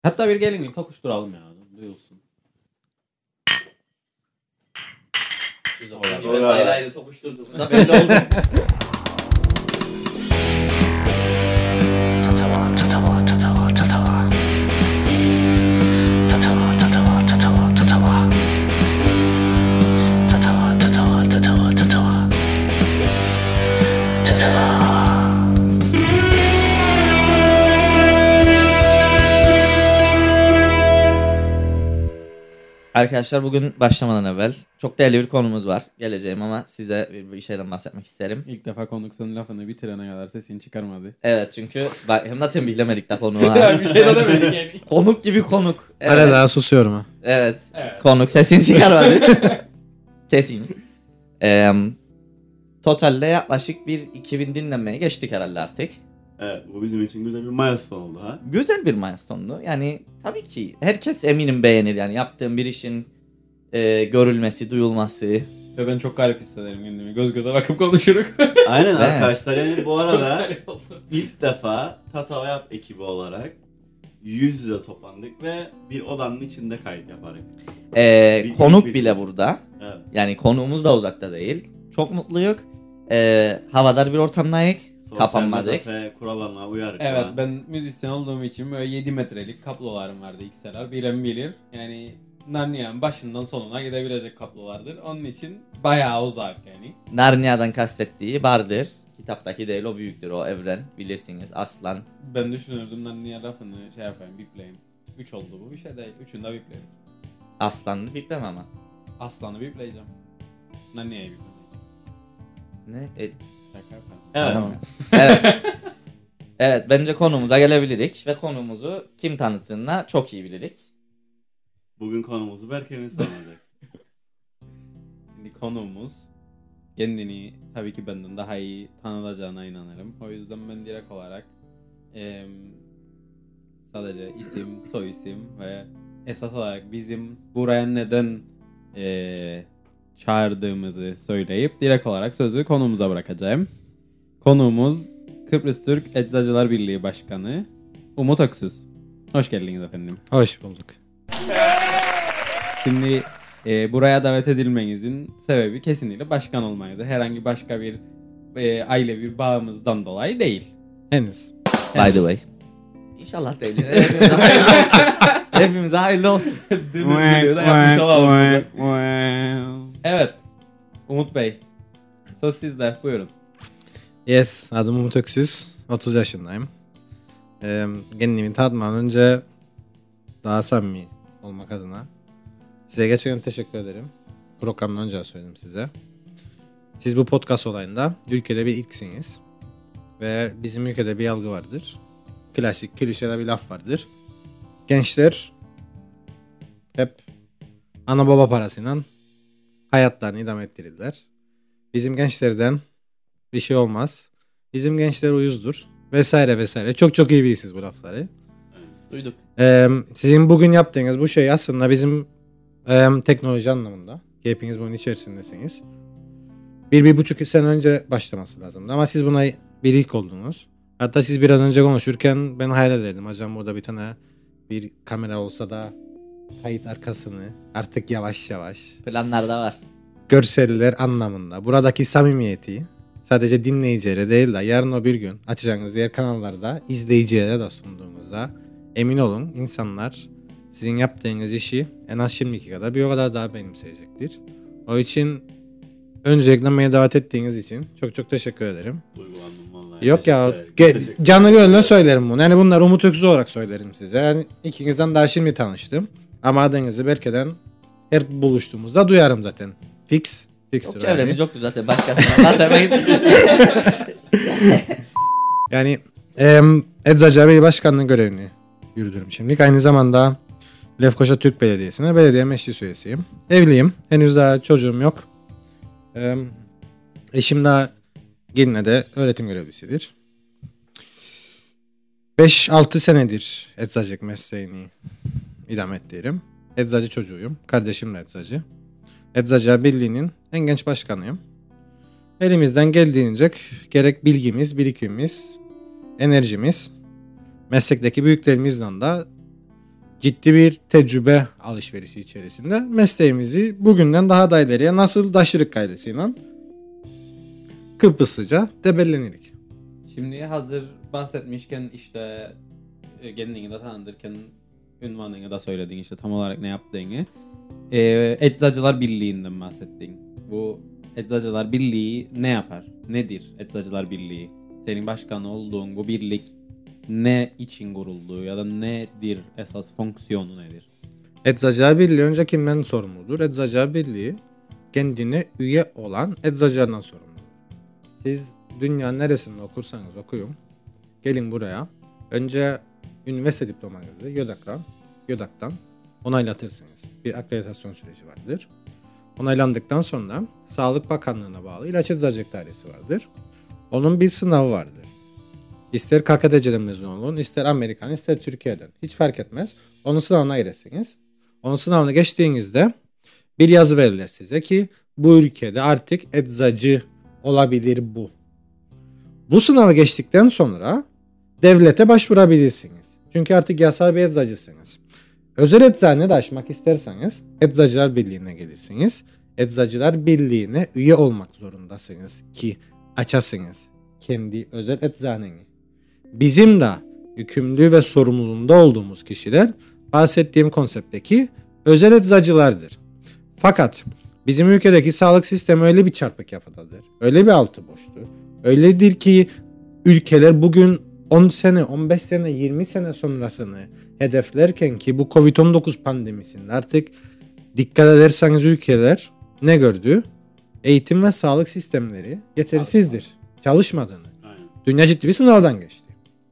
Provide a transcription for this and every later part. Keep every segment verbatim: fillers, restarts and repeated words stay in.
Hatta bir gelin tokuşturalım ya. Duyulsun. Siz o gibi ayrı ayrı tokuşturduğumuzda belli oldu. Tatava, tatava, tatava, tatava. Tatava, tatava, tatava, tatava. Tatava, tatava, tatava, tatava. Tatava. Arkadaşlar bugün başlamadan evvel çok değerli bir konumuz var. Geleceğim ama size bir, bir şeyden bahsetmek isterim. İlk defa konuk senin lafını bitirene kadar sesini çıkarmadı. Evet çünkü bak, hem de tembihlemedik de konuğu. bir şey de demedik yani. Konuk gibi konuk. Evet. Hala daha susuyorum ha. Evet. Evet. Konuk sesini çıkarmadı. Kesiniz. Ee, totalde yaklaşık bir iki bin dinlenmeye geçtik herhalde artık. Evet, bu bizim için güzel bir milestone oldu ha. Güzel bir milestone'du. Yani tabii ki herkes eminim beğenir yani yaptığım bir işin e, görülmesi, duyulması. Ve ben çok garip hissederim kendimi. Göz göze bakıp konuşuruk. Aynen Değil arkadaşlar, yani bu arada Çok garip oldu. ilk defa Tatava Yap ekibi olarak yüz yüze toplandık ve bir odanın içinde kayıt yaparak. Ee, Bir- konuk bir- bile burada. Evet. Yani konuğumuz da uzakta değil. Çok mutluyuz. Ee, havadar bir ortamdayız. Sosyal Kapanmadık. mesafe kurallarına uyarak. Evet, falan. ben müzisyen olduğum için böyle yedi metrelik kablolarım vardı X L R. Bilen bilir. Yani Narnia'nın başından sonuna gidebilecek kablolardır. Onun için bayağı uzak yani. Narnia'dan kastettiği bardır. Kitaptaki değil, o büyüktür, o evren. Bilirsiniz, aslan. Ben düşünürdüm Narnia lafını şey yapayım, bipleyeyim. üç oldu bu, bir şey değil. Üçünü de bipleyeyim. Aslanını biplem ama. Aslanı bipleyeceğim. Narnia'yı bipleyeceğim. Ne? E, Şaka yapayım. Evet. Tamam. Evet. Evet, bence konumuza gelebilirik ve konumuzu kim tanıttığına çok iyi bilirik. Bugün konumuzu Berke'miz tanıyacak. Şimdi konuğumuz kendini tabii ki benden daha iyi tanılacağına inanırım. O yüzden ben direkt olarak eee, sadece isim, soy isim ve esas olarak bizim buraya neden eee, çağırdığımızı söyleyip direkt olarak sözü konuğumuza bırakacağım. Konuğumuz Kıbrıs Türk Eczacılar Birliği Başkanı Umut Öksüz. Hoş geldiniz efendim. Hoş bulduk. Şimdi e, buraya davet edilmenizin sebebi kesinlikle başkan olmanızı. Herhangi başka bir e, aile bir bağımızdan dolayı değil. Henüz. By the way. İnşallah değil. Hepimize hayırlı olsun. Hepimize hayırlı olsun. Videoda yapmış olalım bunu. Evet. Umut Bey. Söz sizde. Buyurun. Yes, adım Umut Öksüz. otuz yaşındayım. Ee, kendimi tanıtmadan önce daha samimi olmak adına size gerçekten teşekkür ederim. Programdan önce söyledim size. Siz bu podcast olayında ülkede bir ilksiniz. Ve bizim ülkede bir algı vardır. Klasik, klişede bir laf vardır. Gençler hep ana baba parasıyla hayatlarını idame ettirirler. Bizim gençlerden bir şey olmaz. Bizim gençler uyuzdur. Vesaire vesaire. Çok çok iyi bilirsiniz bu lafları. Duyduk. Ee, sizin bugün yaptığınız bu şey aslında bizim e, teknoloji anlamında. Hepiniz bunun içerisindesiniz. Bir, bir buçuk sene önce başlaması lazımdı. Ama siz buna bir ilk oldunuz. Hatta siz bir an önce konuşurken ben hayal ederdim. Acaba burada bir tane bir kamera olsa da kayıt arkasını artık yavaş yavaş Planlar da var. görseller anlamında buradaki samimiyeti sadece dinleyicilere değil de yarın o bir gün açacağınız diğer kanallarda izleyicilere de sunduğumuzda emin olun insanlar sizin yaptığınız işi en az şimdiki kadar bir o kadar daha benimseyecektir. O için öncelikle beni davet ettiğiniz için çok çok teşekkür ederim. Duygulandım vallahi. Yok ya Teşekkür ge- ederiz. Teşekkür canı gönlüne söylerim bunu. Yani bunlar Umut Öksüz olarak söylerim size. Yani ikinizden daha şimdi tanıştım. Ama adınızı Berke'den her buluştuğumuzda duyarım zaten. Fix. Fixtir Çok yani. çevremiz yoktu zaten. Başkasına bahsetmek Yani em, Eczacılar Birliği Başkanlığı görevini yürütüyorum şimdilik. Aynı zamanda Lefkoşa Türk Belediyesi'ne belediye meclis üyesiyim. Evliyim. Henüz daha çocuğum yok. Em, eşim daha Geline'de öğretim görevlisidir. beş altı senedir eczacılık mesleğini idame ettiriyorum. Eczacı çocuğuyum. Kardeşim de eczacı. Eczacılar Birliği'nin en genç başkanıyım. Elimizden geldiğince gerek bilgimiz, birikimimiz, enerjimiz, meslekteki büyüklerimizden de ciddi bir tecrübe alışverişi içerisinde mesleğimizi bugünden daha da ileriye nasıl taşırık gayresiyle Kıbrıslıca debellenirik. Şimdi hazır bahsetmişken işte e, kendini de tanıtırken ünvanını da söyledin işte tam olarak ne yaptığını. E, Eczacılar Birliği'nden bahsettin. Bu Eczacılar Birliği ne yapar? Nedir Eczacılar Birliği? Senin başkan olduğun bu birlik ne için kuruldu ya da nedir esas fonksiyonu nedir? Eczacılar Birliği önce kimden sorumludur? Eczacılar Birliği kendine üye olan eczacılardan sorumludur. Siz dünyanın neresinde okursanız okuyun. Gelin buraya. Önce üniversite diplomanızı YÖDAK'tan, YÖDAK'tan onaylatırsınız. Bir akreditasyon süreci vardır. Onaylandıktan sonra Sağlık Bakanlığı'na bağlı ilaç eczacılık dairesi vardır. Onun bir sınavı vardır. İster K K D C'den mezun olun, ister Amerikan, ister Türkiye'den. Hiç fark etmez. Onun sınavına giresiniz. Onun sınavını geçtiğinizde bir yazı verirler size ki bu ülkede artık eczacı olabilir bu. Bu sınavı geçtikten sonra devlete başvurabilirsiniz. Çünkü artık yasal bir eczacısınız. Özel eczane de açmak isterseniz Eczacılar Birliği'ne gelirsiniz. Eczacılar Birliği'ne üye olmak zorundasınız ki açasınız kendi özel eczaneni. Bizim de yükümlü ve sorumluluğunda olduğumuz kişiler bahsettiğim konseptteki özel eczacılardır. Fakat bizim ülkedeki sağlık sistemi öyle bir çarpık yapıdadır. Öyle bir altı boştur. Öyledir ki ülkeler bugün on sene, on beş sene, yirmi sene sonrasını hedeflerken ki bu kovid on dokuz pandemisinde artık dikkat ederseniz ülkeler ne gördü? Eğitim ve sağlık sistemleri yetersizdir. Çalışmadığını. Aynen. Dünya ciddi bir sınavdan geçti.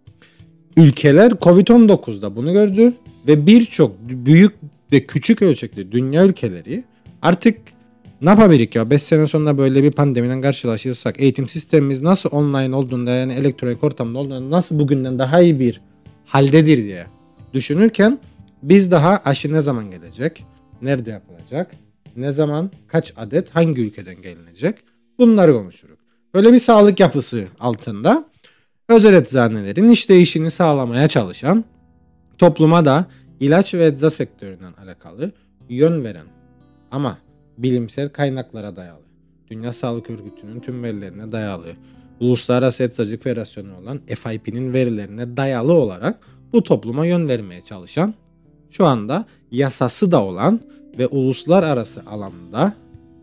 Ülkeler kovid on dokuzda bunu gördü ve birçok büyük ve küçük ölçekli dünya ülkeleri artık ne yapabilirik ya beş sene sonra böyle bir pandemiden karşılaşırsak eğitim sistemimiz nasıl online olduğunda yani elektronik ortamda olduğunda nasıl bugünden daha iyi bir haldedir diye düşünürken biz daha aşı ne zaman gelecek, nerede yapılacak, ne zaman, kaç adet, hangi ülkeden gelinecek bunları konuşuruz. Böyle bir sağlık yapısı altında özel eczanelerin işleyişini sağlamaya çalışan, topluma da ilaç ve ecza sektöründen alakalı yön veren ama bilimsel kaynaklara dayalı, Dünya Sağlık Örgütü'nün tüm verilerine dayalı, Uluslararası Eczacılık Federasyonu olan F I P'nin verilerine dayalı olarak bu topluma yön vermeye çalışan, şu anda yasası da olan ve uluslararası alanda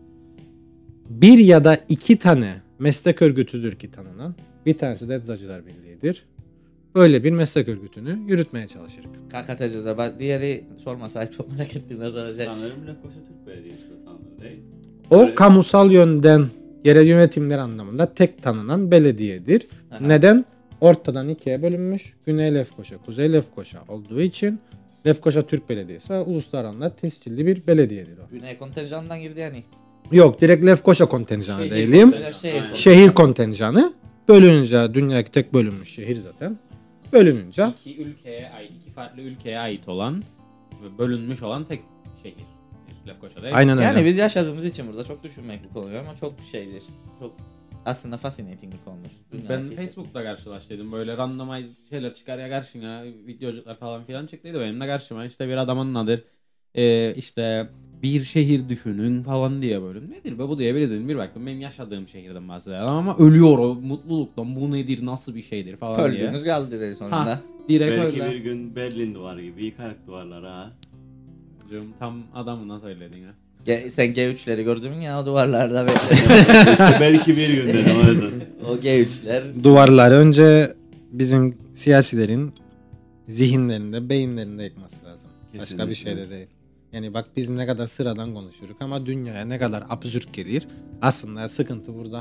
bir ya da iki tane meslek örgütüdür ki tanınan, bir tanesi de Eczacılar Birliği'dir. Öyle bir meslek örgütünü yürütmeye çalışırız. K K T C'de bak diğeri sorma sahip çok merak ettim ne zaman. Sanırım Lefkoşa Türk Belediyesi de tanınır değil. O Öyle. kamusal yönden yerel yönetimler anlamında tek tanınan belediyedir. Aha. Neden? Ortadan ikiye bölünmüş. Güney Lefkoşa, Kuzey Lefkoşa olduğu için Lefkoşa Türk Belediyesi uluslararası tescilli bir belediyedir o. Güney kontenjanından girdi yani. Yok, direkt Lefkoşa kontenjanı Şehir değilim. kontenjanı, şehir Aynen. Şehir kontenjanı bölününce dünyadaki tek bölünmüş şehir zaten. Bölününce İki ülkeye ait, iki farklı ülkeye ait olan ve bölünmüş olan tek şehir. Lefkoşa değil mi? aynen öyle. Yani biz yaşadığımız için burada çok düşünmek bu konuyu ama çok şeydir. Çok aslında fascinating bir konudur. Ben Dünyadaki- Facebook'ta karşılaştıydım. Böyle randomize şeyler çıkar ya karşına. Videocuklar falan filan çıktıydı benim de karşıma. İşte bir adamın adı e, işte bir şehir düşünün falan diye böyle. Nedir be bu diye bir izledim. Bir baktım benim yaşadığım şehirden bahsediyorum ama ölüyor o mutluluktan. Bu nedir, nasıl bir şeydir falan diye. Öldüğünüz geldi dedi sonunda. Ha, direkt Belki öyle. bir gün Berlin duvarı gibi yıkarak duvarları ha. Canım, tam adamına söyledin ha. Ge- sen G üçleri gördün mü ya o duvarlarda ve İşte belki bir gün dedim o yüzden. o G üçler. Duvarları önce bizim siyasilerin zihinlerinde, beyinlerinde yıkması lazım. Başka Kesinlikle. bir şey de değil. Yani bak biz ne kadar sıradan konuşuruz ama dünyaya ne kadar absürt gelir. Aslında sıkıntı burada.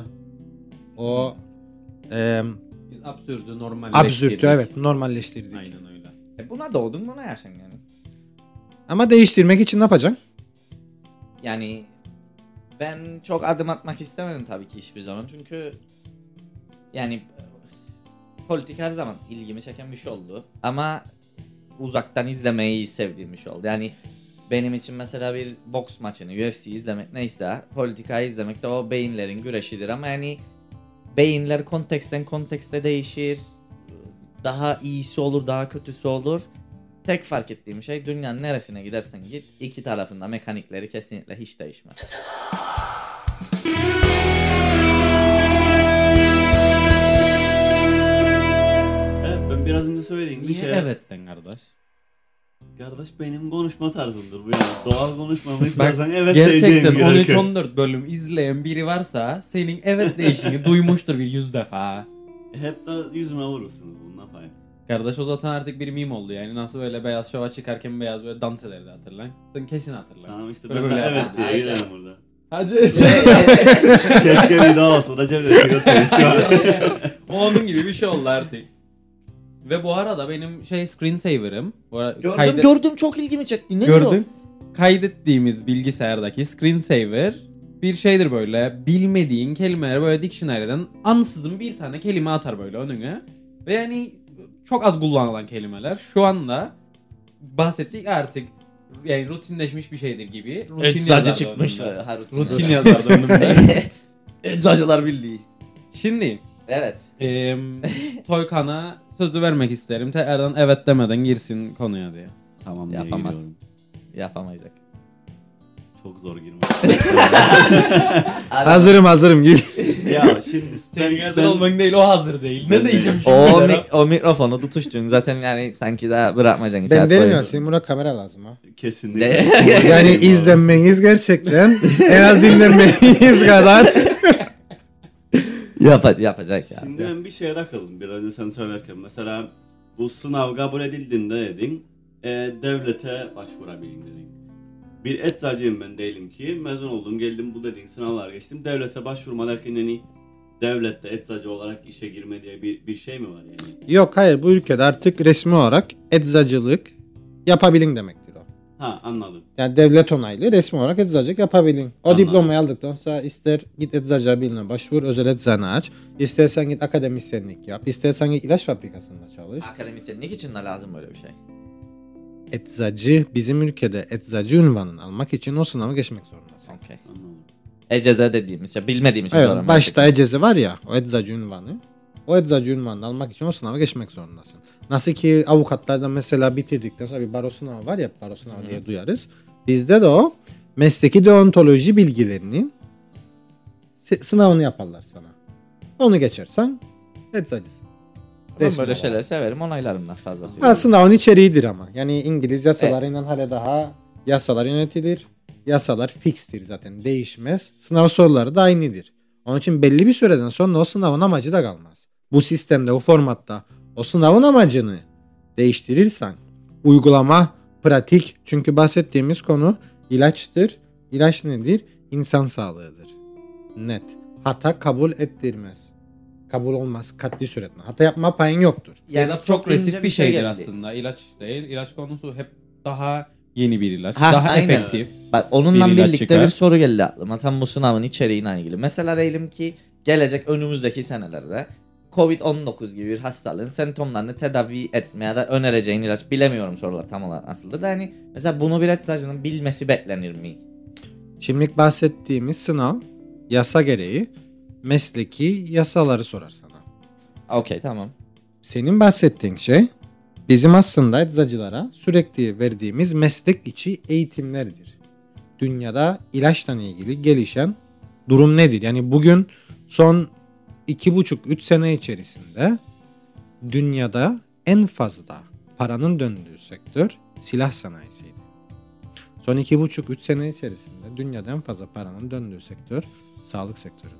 O e, Biz absürdü normalleştirdik. absürtü evet normalleştirdik. Aynen öyle. E buna doğdun buna yaşan yani. Ama değiştirmek için ne yapacaksın? Yani ben çok adım atmak istemedim tabii ki hiçbir zaman çünkü yani e, politik her zaman ilgimi çeken bir şey oldu ama uzaktan izlemeyi sevdiğim bir şey oldu. Yani benim için mesela bir boks maçını, U F C izlemek neyse politikayı izlemek de o beyinlerin güreşidir ama yani beyinler konteksten kontekste değişir. Daha iyisi olur, daha kötüsü olur. tek fark ettiğim şey dünyanın neresine gidersen git iki tarafında mekanikleri kesinlikle hiç değişmez. Evet, ben biraz önce söylediğim bir Niye şey. evetten kardeş? Kardeş benim konuşma tarzımdır bu yani. Doğal konuşmamı istersen evet Gerçekten diyeceğim on üç gerekiyor. on dört bölüm izleyen biri varsa senin evet değişini duymuştur bir yüz defa. Hep de yüzüme vurursunuz bunu, ne yapayım? Kardeş o zaten artık bir meme oldu yani. Nasıl böyle Beyaz Şov'a çıkarken Beyaz böyle dans ederdi, hatırlayın. Sen kesin hatırlayın. Tamam işte Böyle ben de böyle evet yapar. diye Ayşe. girelim burada. Hacı. Keşke bir daha olsun. Recep de çıkıyorsunuz şu an. O onun gibi bir şey oldu artık. Ve bu arada benim şey screensaver'ım. Bu arada Gördüm kaydet- gördüm çok ilgimi çekti. Nedir Gördün. Kaydettiğimiz bilgisayardaki screensaver bir şeydir böyle. Bilmediğin kelimeleri böyle dictionary'den ansızın bir tane kelime atar böyle önüne. Ve yani çok az kullanılan kelimeler. Şu anda bahsettik artık yani rutinleşmiş bir şeydir gibi. Rutin Eczacı yazardı çıkmış. önümde. Ha, rutin. Rutin yazardı önümde. Eczacılar Birliği. Şimdi Evet. eee Toykan'a sözü vermek isterim. Tekrardan evet demeden girsin konuya diye. Tamam diye Yapamaz. giriyorum. Yapamayacak. Çok zor girmek. Hazırım hazırım gir. Ya şimdi Senin ben, hazır ben olman değil, o hazır değil. Ben Ne diyeceğim değilim. şimdi? O, Berat? mik- o mikrofonu tutuştun zaten yani sanki daha bırakmayacaksın içeri Ben derim ya koyun. senin buna kamera lazım ha. kesinlikle. Yani izlenmeniz gerçekten en az dinlenmeniz kadar. Yap- yapacak ya. Şimdi ben bir şeye takıldım biraz önce sen söylerken. Mesela bu sınav kabul edildiğinde dedin, e, devlete başvurabilin dedin. Bir eczacıyım ben, değilim ki. Mezun oldum, geldim bu dediğin sınavlar geçtim. Devlete başvurma derken yani devlette eczacı olarak işe girme diye bir, bir şey mi var yani? Yok hayır, bu ülkede artık resmi olarak eczacılık yapabilin demektir o. Ha, anladım. Yani devlet onaylı resmi olarak eczacılık yapabilin. O Anladım. diplomayı aldıktan sonra ister git eczacı birliğine başvur, özel eczane aç. İstersen git akademisyenlik yap. İstersen git ilaç fabrikasında çalış. Akademisyenlik için de lazım böyle bir şey. Eczacı, bizim ülkede eczacı unvanını almak için o sınavı geçmek zorundasın. Okey. Anladım. Eceze dediğimiz şey bilmediğim için Evet, soramıyorum. başta ecezi var ya, o eczacı unvanı. O eczacı unvanını almak için o sınavı geçmek zorundasın. Nasıl ki avukatlarda mesela bitirdikten sonra bir baro sınavı var ya, baro sınavı Hı. diye duyarız. Bizde de o mesleki deontoloji bilgilerinin s- sınavını yaparlar sana. Onu geçersen eczacısın. Ben Resmi böyle olarak. şeyleri severim, onaylarım da fazlasıyla. Ha, sınavın içeriğidir ama. Yani İngiliz yasalarıyla hala daha yasalar yönetilir. Yasalar fikstir zaten, değişmez. Sınav soruları da aynıdır. Onun için belli bir süreden sonra o sınavın amacı da kalmaz. Bu sistemde, o formatta o sınavın amacını değiştirirsen, uygulama, pratik, çünkü bahsettiğimiz konu ilaçtır. İlaç nedir? İnsan sağlığıdır. Net. Hata kabul ettirmez. Kabul olmaz katli suretle. Hata yapma payın yoktur. Ya da çok ince resif bir şeydir geldi. aslında. İlaç değil. İlaç konusu hep daha yeni bir ilaç. Ha, daha aynen. efektif. Bak onunla Bir ilaç birlikte çıkar. bir soru geldi aklıma. Tam bu sınavın içeriğine ilgili. Mesela diyelim ki gelecek önümüzdeki senelerde covid on dokuz gibi bir hastalığın semptomlarını tedavi etmeye ya da önereceğin ilaç, bilemiyorum sorular tam olarak nasıldır da hani mesela bunu bir eczacının bilmesi beklenir mi? Şimdi bahsettiğimiz sınav yasa gereği mesleki yasaları sorar sana. Okey, tamam. Senin bahsettiğin şey bizim aslında eczacılara sürekli verdiğimiz meslek içi eğitimlerdir. Dünyada ilaçla ilgili gelişen durum nedir? Yani bugün son iki buçuk üç sene içerisinde dünyada en fazla paranın döndüğü sektör silah sanayisiydi. Son iki buçuk üç sene içerisinde dünyada en fazla paranın döndüğü sektör sağlık sektörüdür.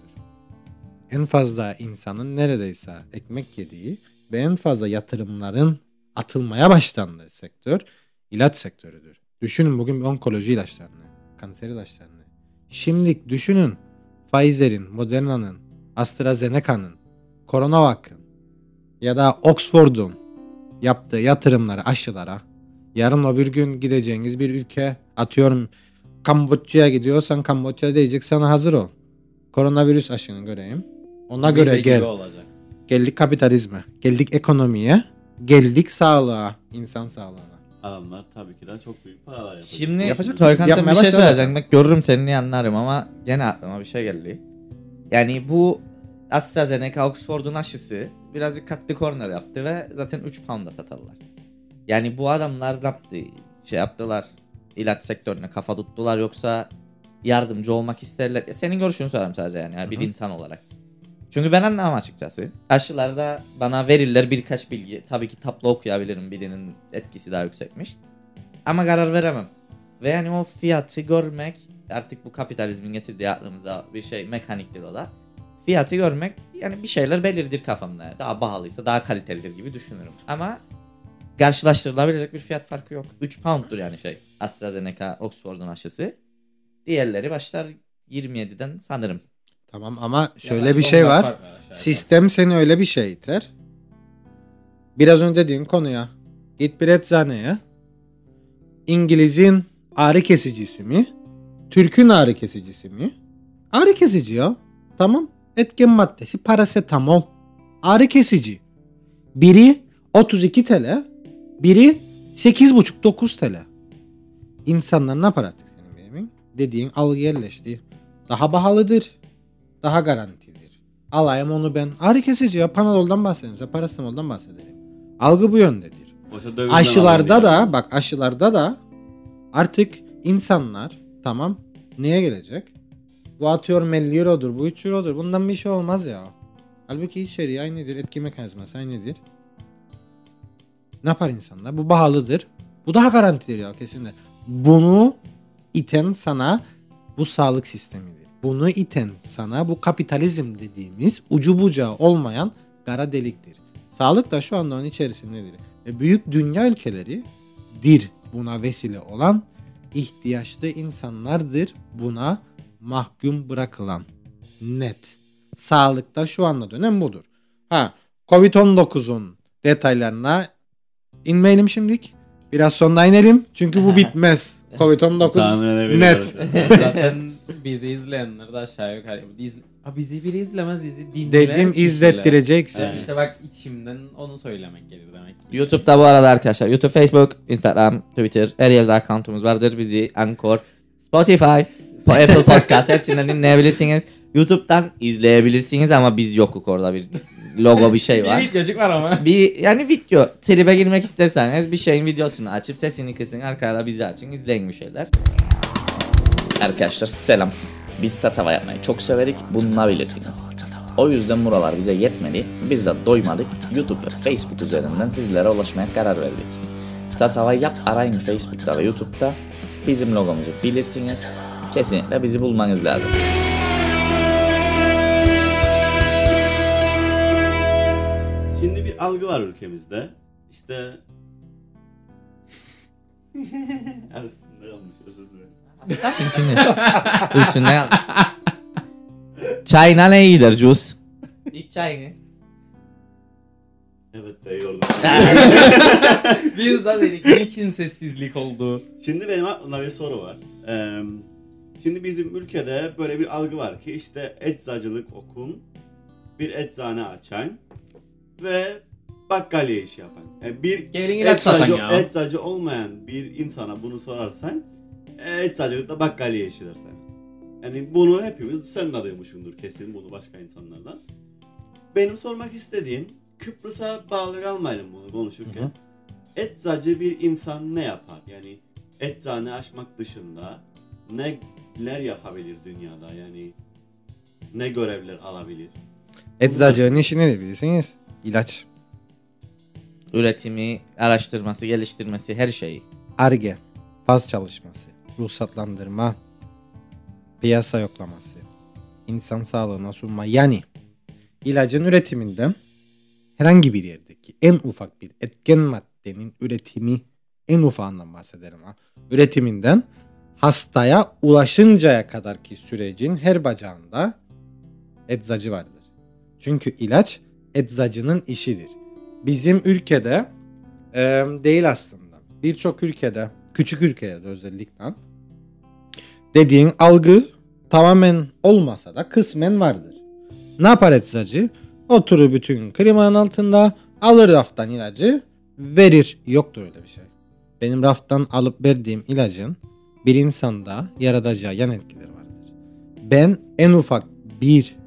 En fazla insanın neredeyse ekmek yediği ve en fazla yatırımların atılmaya başlandığı sektör ilaç sektörüdür. Düşünün bugün onkoloji ilaçlarını, kanser ilaçlarını. Şimdilik düşünün Pfizer'in, Moderna'nın, AstraZeneca'nın, CoronaVac'ın ya da Oxford'un yaptığı yatırımları aşılara. Yarın o bir gün gideceğiniz bir ülke, atıyorum Kamboçya'ya gidiyorsan Kamboçya diyecek sana hazır ol. Koronavirüs aşını göreyim. Ona Vize göre gibi gel. olacak. Geldik kapitalizme, geldik ekonomiye, geldik sağlığa, insan sağlığına. Adamlar tabii ki de çok büyük paralar yapacak. Şimdi Yapacak- Toykan sen yapmaya bir şey başladı söyleyeceksin. zaten. Bak görürüm seni anlarım ama gene aklıma bir şey geldi. Yani bu AstraZeneca Oxford'un aşısı birazcık katlı corner yaptı ve zaten üç pound'a satarlar. Yani bu adamlar ne yaptı? Şey yaptılar. İlaç sektörüne kafa tuttular yoksa yardımcı olmak isterler. Ya senin görüşünü sorarım sadece yani, yani bir Hı hı. insan olarak. Çünkü ben anlamam açıkçası. Aşılarda bana verirler birkaç bilgi. Tabii ki tablo okuyabilirim, birinin etkisi daha yüksekmiş. Ama karar veremem. Ve yani o fiyatı görmek, artık bu kapitalizmin getirdiği aklımıza bir şey, mekaniktir o da. Fiyatı görmek yani bir şeyler belirdir kafamda. Daha pahalıysa daha kalitelidir gibi düşünürüm. Ama karşılaştırılabilecek bir fiyat farkı yok. üç pound'dur yani şey AstraZeneca Oxford'un aşısı. Diğerleri başlar yirmi yediden sanırım. Tamam ama şöyle Yaklaşık bir on şey kat var. fark aşağı yukarı. Sistem seni öyle bir şey iter. Biraz önce dediğin konuya. Git bir eczaneye. İngiliz'in ağrı kesicisi mi? Türk'ün ağrı kesicisi mi? Ağrı kesici ya. Tamam. Etken maddesi parasetamol. Ağrı kesici. Biri otuz iki TL. Biri sekiz buçuk dokuz TL. İnsanlar ne yapar artık senin benim? Dediğin algı yerleşti. Daha pahalıdır. Daha garantidir. Alayım onu ben. Ağrı kesici ya. Panadol'dan bahsediyorum. Parasetamol'dan bahsedelim. Algı bu yöndedir. Boşa dövizden Aşılarda alındı da yani. bak aşılarda da artık insanlar tamam neye gelecek? Bu atıyorum elli eurodur, bu üç eurodur. Bundan bir şey olmaz ya. Halbuki içeriği aynıdır. Etki mekanizması aynıdır. Ne yapar insanlar? Bu pahalıdır. Bu daha garantidir ya kesinlikle. Bunu iten sana bu sağlık sistemidir. Bunu iten sana bu kapitalizm dediğimiz ucu bucağı olmayan kara deliktir. Sağlık da şu anda onun içerisindedir. Ve büyük dünya ülkeleri dir buna vesile olan ihtiyaçlı insanlardır buna mahkum bırakılan. Net. Sağlıkta şu anda dönem budur. Ha, covid on dokuzun detaylarına inmeyelim şimdilik. Biraz sonra inelim. Çünkü bu bitmez. covid on dokuz Tahmin edebiliyorum. net. Zaten bizi izleyenler de aşağı yukarı. İz... Ha, bizi biri izlemez, bizi dinleyen Dedim kişiler. izlettireceksin. Evet. İşte bak içimden onu söylemek gelir demek ki. YouTube'da bu arada arkadaşlar. YouTube, Facebook, Instagram, Twitter, her yerde account'umuz vardır. Bizi Anchor, Spotify, Apple Podcast hepsinden dinleyebilirsiniz. YouTube'dan izleyebilirsiniz ama biz yokuk orada, bir logo bir şey var. Bir videocuk var ama. Bir yani video tribe girmek isterseniz bir şeyin videosunu açıp sesini kısın, arkada bizi açın, izleyin bir şeyler. Arkadaşlar selam. Biz tatava yapmayı çok severik, bulunabilirsiniz. O yüzden buralar bize yetmedi, biz de doymadık. YouTube ve Facebook üzerinden sizlere ulaşmaya karar verdik. Tatava yap arayın Facebook'ta ve YouTube'da. Bizim logomuzu bilirsiniz. Kesinlikle bizi bulmanız lazım. Şimdi bir algı var ülkemizde. İşte ya üstünde kalmış, özür dilerim. Hastasın şimdi. Üstünde kalmış. Çayına ne iyidir Cus? İç çayını. Evet de yordum. Biz de dedik niçin sessizlik oldu? Şimdi benim aklımda bir soru var. Ee, şimdi bizim ülkede böyle bir algı var ki işte eczacılık okun, bir eczane açan ve bakkaliye işi yapan. Yani bir Gelin ilaç satan eczacı, ya. eczacı olmayan bir insana bunu sorarsan e, eczacılıkta bakkaliye işi dersen. Yani bunu hepimiz sen de duymuşsundur kesin bunu başka insanlardan. Benim sormak istediğim, Kıbrıs'a bağlı kalmayalım bunu konuşurken. Hı hı. Eczacı bir insan ne yapar? Yani eczane açmak dışında neler yapabilir dünyada? Yani ne görevler alabilir? Eczacının işi nedir bilirsiniz? İlaç. Üretimi, araştırması, geliştirmesi, her şeyi. Ar-Ge, faz çalışması, ruhsatlandırma, piyasa yoklaması, insan sağlığına sunma. Yani ilacın üretiminden herhangi bir yerdeki en ufak bir etken maddenin üretimi, en ufağından bahsederim ha. Üretiminden hastaya ulaşıncaya kadarki sürecin her bacağında eczacı vardır. Çünkü ilaç eczacının işidir. Bizim ülkede e, değil aslında. Birçok ülkede, küçük ülkelerde özellikle dediğin algı tamamen olmasa da kısmen vardır. Ne yapar eczacı? Oturur bütün klimanın altında, alır raftan ilacı, verir. Yoktur öyle bir şey. Benim raftan alıp verdiğim ilacın bir insanda yaratacağı yan etkileri vardır. Ben en ufak bir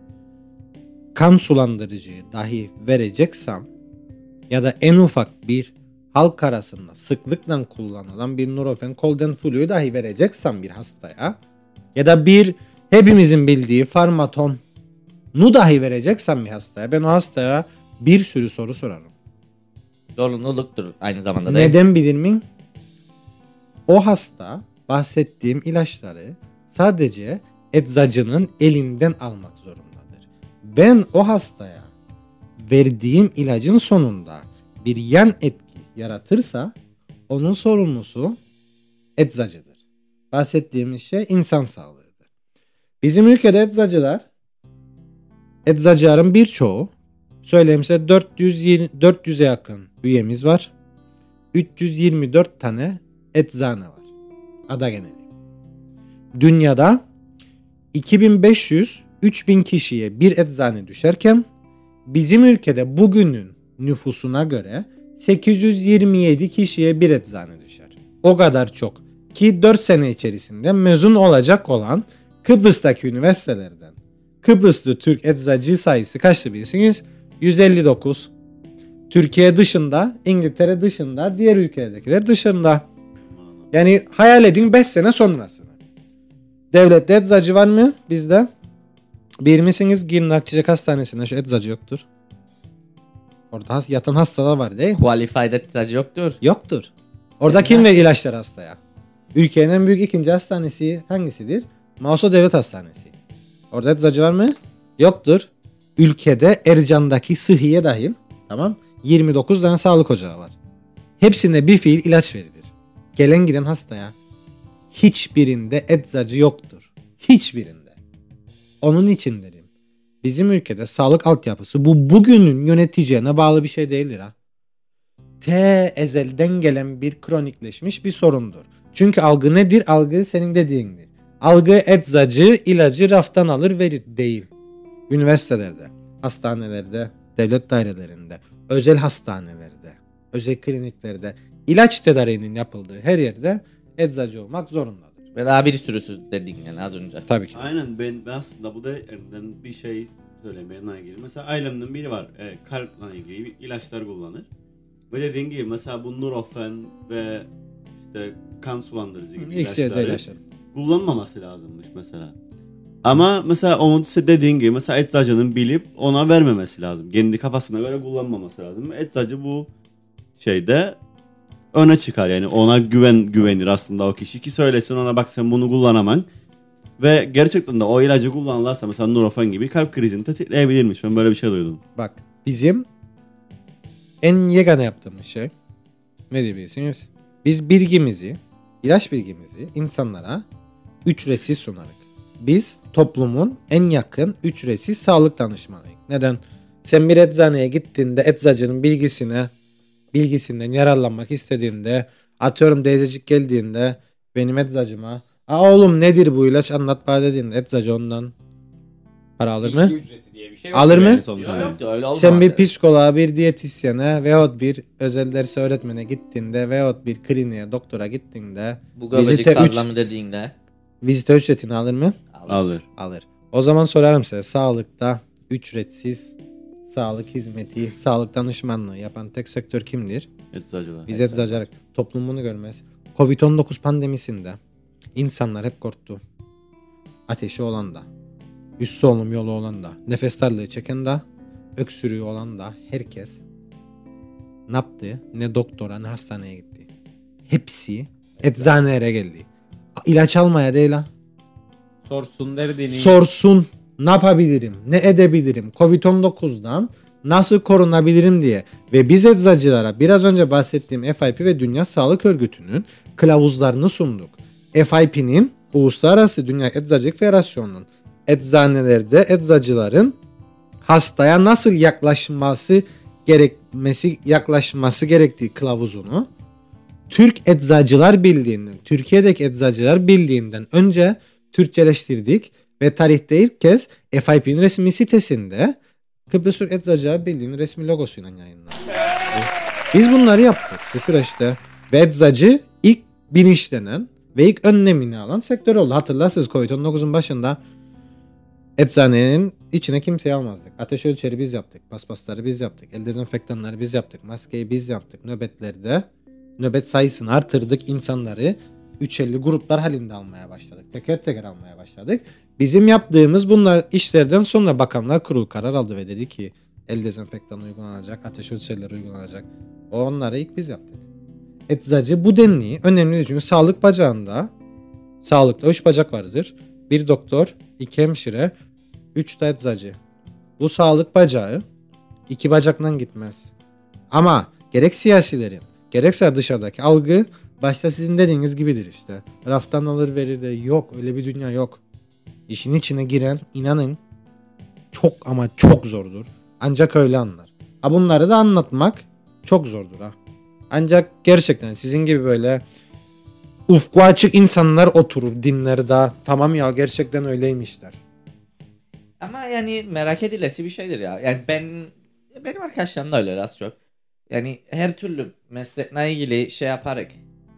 kan sulandırıcıyı dahi vereceksem ya da en ufak bir halk arasında sıklıkla kullanılan bir Nurofen Cold Flu'yu dahi vereceksen bir hastaya ya da bir hepimizin bildiği Farmaton nu dahi vereceksen bir hastaya, ben o hastaya bir sürü soru sorarım. Zorunluluktur aynı zamanda. Değil. Neden bilir miyim? O hasta bahsettiğim ilaçları sadece eczacının elinden almak zorundadır. Ben o hastaya verdiğim ilacın sonunda bir yan etki yaratırsa onun sorumlusu eczacıdır. Bahsettiğimiz şey insan sağlığıdır. Bizim ülkede eczacılar, eczacıların birçoğu, söyleyeyim size dört yüz yirmi, dört yüze yakın üyemiz var. üç yüz yirmi dört tane eczane var. Ada geneli. Dünyada iki bin beş yüz üç bin kişiye bir eczane düşerken bizim ülkede bugünün nüfusuna göre sekiz yüz yirmi yedi kişiye bir eczane düşer. O kadar çok ki dört sene içerisinde mezun olacak olan Kıbrıs'taki üniversitelerden Kıbrıslı Türk eczacı sayısı kaçtı bilirsiniz? yüz elli dokuz. Türkiye dışında, İngiltere dışında, diğer ülkelerdekiler dışında. Yani hayal edin beş sene sonrasını. Devlette eczacı var mı bizde? Bir misiniz Girne Akçacak Hastanesi'nde şu eczacı yoktur. Orada yatan hastalar var değil mi? Qualified eczacı yoktur. Yoktur. Orada kim verir ilaçları hastaya? Ülkenin en büyük ikinci hastanesi hangisidir? Mauso Devlet Hastanesi. Orada eczacı var mı? Yoktur. Ülkede Ercan'daki Sıhhiye dahil, tamam, yirmi dokuz tane sağlık ocağı var. Hepsinde bir fiil ilaç verilir. Gelen giden hastaya hiçbirinde eczacı yoktur. Hiçbirinde. Onun için derim. Bizim ülkede sağlık altyapısı bu bugünün yöneticilerine bağlı bir şey değildir ha. Te ezelden gelen bir kronikleşmiş bir sorundur. Çünkü algı nedir? Algı senin dediğindir. Algı eczacı ilacı raftan alır verir değil. Üniversitelerde, hastanelerde, devlet dairelerinde, özel hastanelerde, özel kliniklerde, ilaç tedariğinin yapıldığı her yerde eczacı olmak zorundadır. Ve daha bir sürüsü dedin yani az önce. Tabii ki. Aynen, ben, ben aslında bu da elimden bir şey söylemeye ilgili. Mesela ailemden biri var, e, kalple ilgili ilaçlar kullanır. Ve dediğin gibi mesela bu Nurofen ve işte kan sulandırıcı gibi ilaçları ilaçları kullanmaması lazımmış mesela. Ama mesela onun dediğin gibi mesela eczacının bilip ona vermemesi lazım. Kendi kafasına göre kullanmaması lazım. Eczacı bu şeyde öne çıkar, yani ona güven güvenir aslında o kişi ki söylesin ona, bak sen bunu kullanamam. Ve gerçekten de o ilacı kullanırlarsa mesela Nurofen gibi kalp krizini tetikleyebilirmiş. Ben böyle bir şey duydum. Bak bizim en yegane yaptığımız şey ne diyebilirsiniz? Biz bilgimizi, ilaç bilgimizi insanlara ücretsiz sunarız. Biz toplumun en yakın ücretsiz sağlık danışmanıyız. Neden? Sen bir eczaneye gittiğinde eczacının bilgisine bilgisinden yararlanmak istediğinde, atıyorum teyzecik geldiğinde benim eczacıma "Aa oğlum nedir bu ilaç anlat bana" dediğinde eczacı ondan para alır mı? Bilgi ücreti diye bir şey yok Alır mı? yani sonuçta. Yok, yoktu, öyle olmaz. Sen bir psikoloğa, bir diyetisyene veyahut bir özel ders öğretmene gittiğinde veyahut bir kliniğe, doktora gittiğinde Bu göbecek vizite fazla üç- mı dediğinde vizite ücretini alır mı? alır. Alır. Alır. O zaman sorarım size, sağlıkta ücretsiz sağlık hizmeti, sağlık danışmanlığı yapan tek sektör kimdir? Eczacılar. Biz eczacılar. Toplum bunu görmez. covid on dokuz pandemisinde insanlar hep korktu. Ateşi olan da, üst solunum yolu olan da, nefes darlığı çeken de, öksürüğü olan da herkes ne yaptı? Ne doktora ne hastaneye gitti. Hepsi eczanelere geldi. İlaç almaya değil ha. Sorsun derdini. Sorsun ne yapabilirim, ne edebilirim, covid on dokuzdan nasıl korunabilirim diye. Ve biz eczacılara biraz önce bahsettiğim F I P ve Dünya Sağlık Örgütü'nün kılavuzlarını sunduk. F I P'nin, Uluslararası Dünya Eczacılık Federasyonu'nun eczanelerde eczacıların hastaya nasıl yaklaşması gerekmesi yaklaşması gerektiği kılavuzunu Türk Eczacılar Birliği'nin, Türkiye'deki Eczacılar Birliği'nden önce Türkçeleştirdik ve tarihte ilk kez F I P'nin resmi sitesinde Kıbrıs Türk Eczacılar Birliği'nin resmi logosuyla yayınlandı. Biz bunları yaptık bu süreçte ve eczacı ilk bilinçlenen ve ilk önlemini alan sektör oldu. Hatırlarsınız covid on dokuzun başında eczanenin içine kimseyi almazdık. Ateş ölçeri biz yaptık. Paspasları biz yaptık. El dezenfektanları biz yaptık. Maskeyi biz yaptık. Nöbetlerde nöbet sayısını artırdık. İnsanları üçelli gruplar halinde almaya başladık. Teker teker almaya başladık. Bizim yaptığımız bunlar işlerden sonra Bakanlar Kurulu karar aldı ve dedi ki el dezenfektanı uygulanacak, ateş ölçerileri uygulanacak. Onları ilk biz yaptık. Eczacı bu denli önemli çünkü sağlık bacağında sağlıkta üç bacak vardır. Bir doktor, iki hemşire, üç de eczacı. Bu sağlık bacağı iki bacaktan gitmez. Ama gerek siyasilerin, gerekse dışarıdaki algı başta sizin dediğiniz gibidir işte. Raftan alır verir de yok, öyle bir dünya yok. İşin içine giren inanın çok ama çok zordur. Ancak öyle anlar. Ha bunları da anlatmak çok zordur ha. Ancak gerçekten sizin gibi böyle ufku açık insanlar oturur dinler daha tamam ya gerçekten öyleymişler. Ama yani merak edilesi bir şeydir ya. Yani ben benim arkadaşlarım da öyle az çok. Yani her türlü meslekle ilgili şey yaparak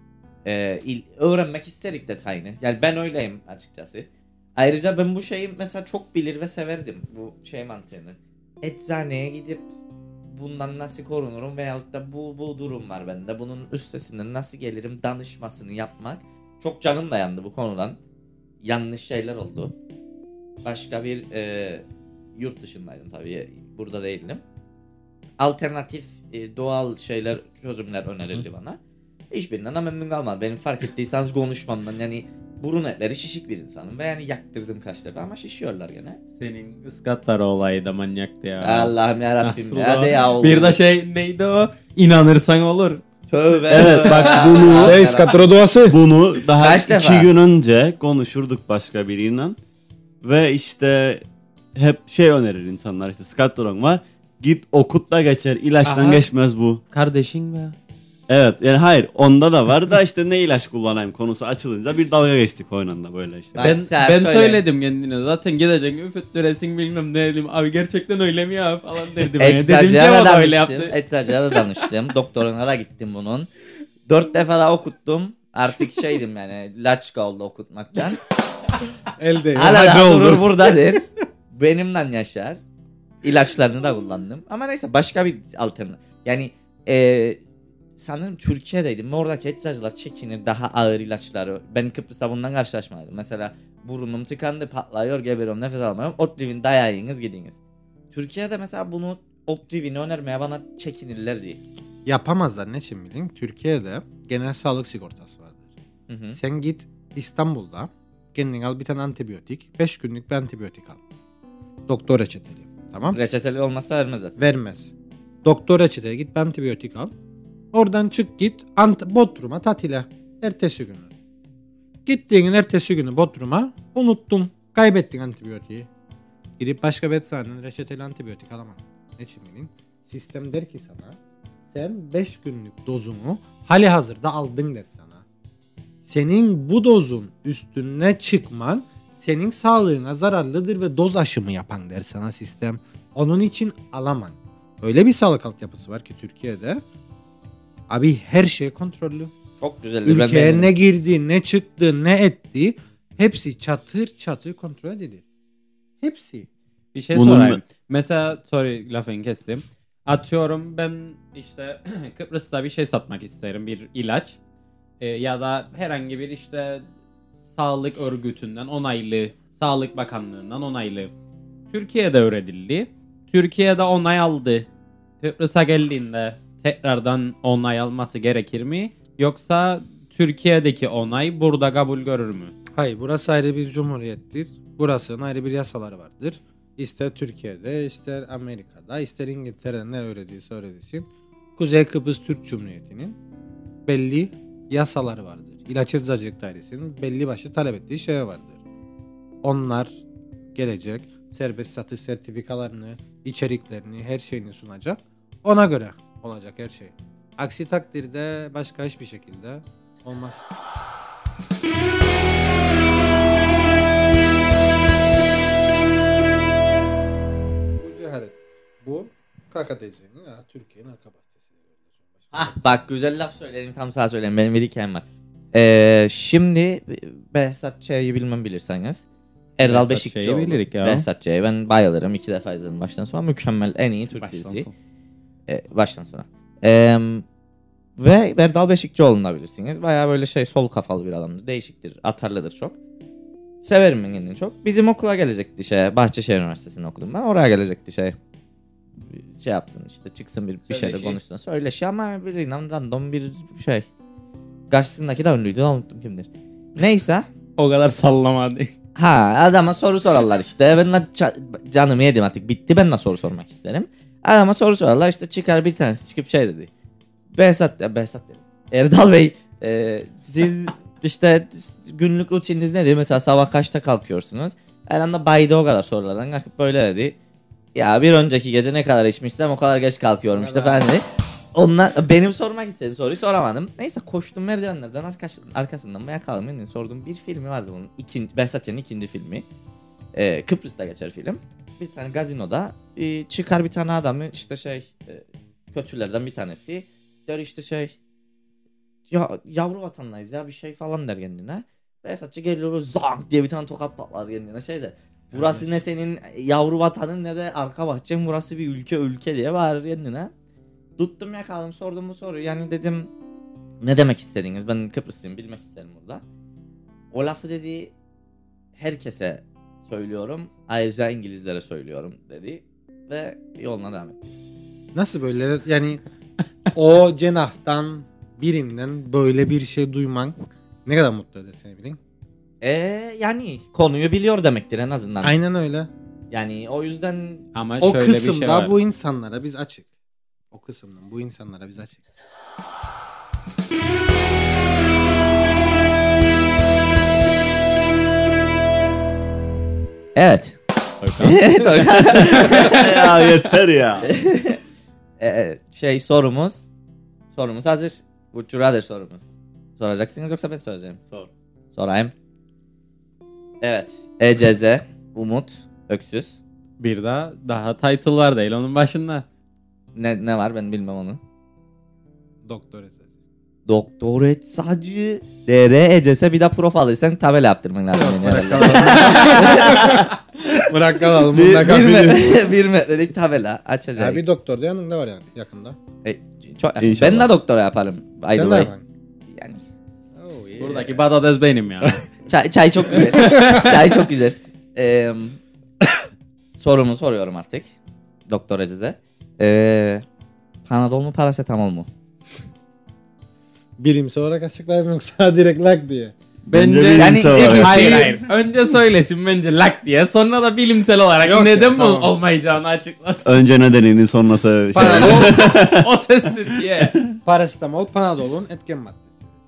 e, il, öğrenmek isterik detayını. Yani ben öyleyim açıkçası. Ayrıca ben bu şeyi mesela çok bilir ve severdim bu şey mantığını. Eczaneye gidip bundan nasıl korunurum veyahut da bu bu durum var bende. Bunun üstesinden nasıl gelirim danışmasını yapmak. Çok canım dayandı bu konudan. Yanlış şeyler oldu. Başka bir e, yurt dışındaydım tabii. Burada değildim. Alternatif e, doğal şeyler, çözümler önerildi Hı. bana. Hiçbirinden de memnun kalmadım. Benim fark ettiyseniz konuşmamdan yani burun etleri şişik bir insanım ve yani yaktırdım kaç defa ama şişiyorlar gene. Senin ıskatları olayı da manyaktı ya. Allah'ım yarabbim Nasıl ya o? de ya olur. Bir de şey neydi o? İnanırsan olur. Tövbe. Evet bak bunu Şey skatro doğası. bunu daha Kaç iki defa? gün önce konuşurduk başka biriyle. Ve işte hep şey önerir insanlar işte skatron var. Git okutla geçer. İlaçtan Aha. geçmez bu. Kardeşin be. Evet yani hayır onda da var da işte ne ilaç kullanayım konusu açılınca bir dalga geçtik oynanla böyle işte. Bak Ben sen ben söyle. söyledim kendine zaten gideceksin üfüttüresin bilmem ne dedim. Abi gerçekten öyle mi ya falan dedi bana. Dedim ki Eczacıya o da da öyle danıştım. yaptı. Eczacıya da danıştım. Doktoruna da gittim bunun. Dört defa da okuttum. Artık şeydim yani laçka oldu okutmaktan. Elde. Hala Hacı da durur oldu. buradadır. Benimle yaşar. İlaçlarını da kullandım. Ama neyse başka bir alternatif. Yani e, sanırım Türkiye'deydim ve oradaki eczacılar çekinir daha ağır ilaçları. Ben Kıbrıs'ta bundan karşılaşmadım. Mesela burnum tıkandı, patlıyor, geberiyorum, nefes alamıyorum. Otrivin dayayınız gidiniz. Türkiye'de mesela bunu Otrivini önermeye bana çekinirler diye. Yapamazlar ne için bilin? Türkiye'de genel sağlık sigortası vardır. Hı hı. Sen git İstanbul'da kendin al bir tane antibiyotik. beş günlük bir antibiyotik al. Doktor reçeteli. Tamam? Reçeteli olmazsa vermez zaten. Vermez. Doktor reçeteye git bir antibiyotik al. Oradan çık git ant Bodrum'a tatile. Ertesi günü. Gittiğin ertesi günü Bodrum'a unuttun. Kaybettin antibiyotiği. Gidip başka bir eczaneden reçeteli antibiyotik alamam. Ne için bilin? Sistem der ki sana sen beş günlük dozunu hali hazırda aldın der sana. Senin bu dozun üstüne çıkman senin sağlığına zararlıdır ve doz aşımı yapan der sana sistem. Onun için alaman. Öyle bir sağlık altyapısı var ki Türkiye'de. Abi her şey kontrollü. Çok güzel. Ülkeye ne girdi, ne çıktı, ne etti hepsi çatır çatır kontrol edilir. Hepsi. Bir şey Bunun sorayım. me- Mesela sorry lafını kestim. Atıyorum ben işte Kıbrıs'ta bir şey satmak isterim. Bir ilaç. Ee, ya da herhangi bir işte sağlık örgütünden onaylı, Sağlık Bakanlığı'ndan onaylı. Türkiye'de üretildi. Türkiye'de onay aldı. Kıbrıs'a geldiğinde tekrardan onay alması gerekir mi? Yoksa Türkiye'deki onay burada kabul görür mü? Hayır, burası ayrı bir cumhuriyettir. Burasının ayrı bir yasaları vardır. İster Türkiye'de, ister Amerika'da, ister İngiltere'de ne öğretiyse öğretilsin. Kuzey Kıbrıs Türk Cumhuriyeti'nin belli yasaları vardır. İlaç Eczacılık Dairesi'nin belli başlı talep ettiği şey vardır. Onlar gelecek, serbest satış sertifikalarını, içeriklerini, her şeyini sunacak. Ona göre olacak her şey. Aksi takdirde başka hiçbir şekilde olmaz. Bu cehalet. Bu K K T C'nin ya Türkiye'nin arka bahçesi. Ah bak güzel laf söyledim tam sağ söyleyeyim. Benim bir hikayem var. Ee, şimdi Behzat Ç'yi bilmem bilirseniz. Erdal Behzat Beşikçioğlu. Ç'yi bilirik ya. Behzat Ç'yi ben bayılırım. İki defa izledim baştan sona. Mükemmel, en iyi Türk Baştan dizisi. sona. E, baştan sona. E, ve Erdal Beşikçioğlu'nu da bilirsiniz. Bayağı böyle şey sol kafalı bir adamdır. Değişiktir, atarlıdır çok. Severim ben kendini çok. Bizim okula gelecekti şey. Bahçeşehir Üniversitesi'nde okudum ben. Oraya gelecekti şey. Şey yapsın işte, çıksın bir, bir şeyle Söyleşi. konuşsun. Söyleşi ama bir inan random bir şey. Karşısındaki de ünlüydü. Unuttum kimdir. Neyse. O kadar sallamadı. Ha, adama soru sorarlar işte. Ben de ça- canımı yedim artık. Bitti, ben de soru sormak isterim. Adama soru sorarlar işte, çıkar bir tanesi çıkıp şey dedi. Behzat, ya Behzat dedim. Erdal Bey, e, siz işte günlük rutininiz nedir? Mesela sabah kaçta kalkıyorsunuz? Her anda baydı o kadar sorulardan kalkıp böyle dedi. Ya bir önceki gece ne kadar içmişsem o kadar geç kalkıyorum işte falan dedi. Onlar, benim sormak istediğim soruyu soramadım. Neyse koştum merdivenlerden arkas, arkasından yakaladım. Yani sordum, bir filmi vardı bunun. İkinci, Behzat Ç'nin ikinci filmi. Ee, Kıbrıs'ta geçer film. Bir tane gazinoda e, çıkar bir tane adamı işte şey e, kötülerden bir tanesi. Der işte şey ya yavru vatandaşız ya bir şey falan der kendine. Behzat Ç geliyor böyle zank diye bir tane tokat patlar kendine şey de. Burası ne senin yavru vatanın ne de arka bahçen, burası bir ülke ülke diye bağırır kendine. Tuttum yakaladım, sordum bu soruyu. Yani dedim ne demek istediniz? Ben Kıbrıslıyım, bilmek isterim burada. O lafı dedi herkese söylüyorum. Ayrıca İngilizlere söylüyorum dedi. Ve yoluna devam etti. Nasıl böyle yani o cenahtan birinden böyle bir şey duyman ne kadar mutlu eder seni bilin? Eee yani konuyu biliyor demektir en azından. Aynen öyle. Yani o yüzden Ama O şöyle bir kısımda şey var. bu insanlara biz açık. O kısımdan bu insanlara biz açık. evet. Oykan. Evet hocam. ya yeter ya. Ee, şey sorumuz sorumuz hazır. Would you rather sorumuz. Soracaksınız yoksa ben soracağım. Sor. Sorayım. Evet. E C Z, Umut, Öksüz. Bir daha daha title var değil onun başında. Ne ne var ben bilmem onu. Doktor eser. Doktor Etsacı. D R E C S bir de prof alırsan tabela yaptırman lazım. Yok, yani bırak herhalde. Bırak kalalım. bir, Bunda bir, kafili. metre, bir metrelik tabela açacak. Ya bir doktor da yanında var yani yakında. E, çok, İnşallah. ben de doktora yaparım. By the Sen ne way. yapan? Yani Oh, yeah. Buradaki patates benim ya. çay, çay çok güzel. Çay çok güzel. Ee, sorumu soruyorum artık. Doktor Eciz'e. Ee, Panadol mu parasetamol mu? Bilimsel olarak açıklayayım yoksa direkt lak diye. Bence Bence yani bilimsel olarak. hayır hayır. Önce söylesin bence lak diye. Sonra da bilimsel olarak Yok neden ya, mi tamam. olmayacağını açıklasın. Önce nedenini sonra se- şey. Panadol, O sestir diye. parasetamol, panadolun etken maddesi.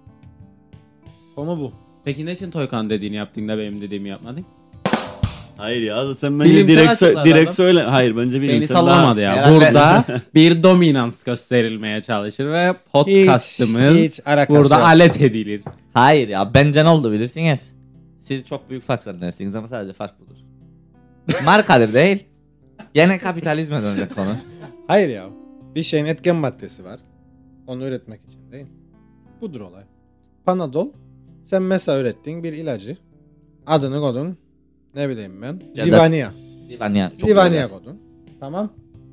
Konu bu. Peki ne için Toykan dediğini yaptın da benim dediğimi yapmadın? Hayır ya sen bence Bilimsel direkt sö- açıkladı direkt adam. söyle. Hayır bence Beni bilimsel sallamadı daha- ya. Herhalde- Burada bir dominans gösterilmeye çalışır ve podcastımız hiç alakası burada yok. alet edilir. Hayır ya, bence ne oldu bilirsiniz. Siz çok büyük fark zannedersiniz ama sadece fark budur. Markadır değil. Gene kapitalizme dönecek konu. Hayır ya. Bir şeyin etken maddesi var. Onu üretmek için değil. Budur olay. Panadol. Sen mesela ürettiğin bir ilacı. Adını kodun. Ne bileyim ben. Cevdet. Zivania. Zivanya. çok Zivania güzel. kodun. Tamam.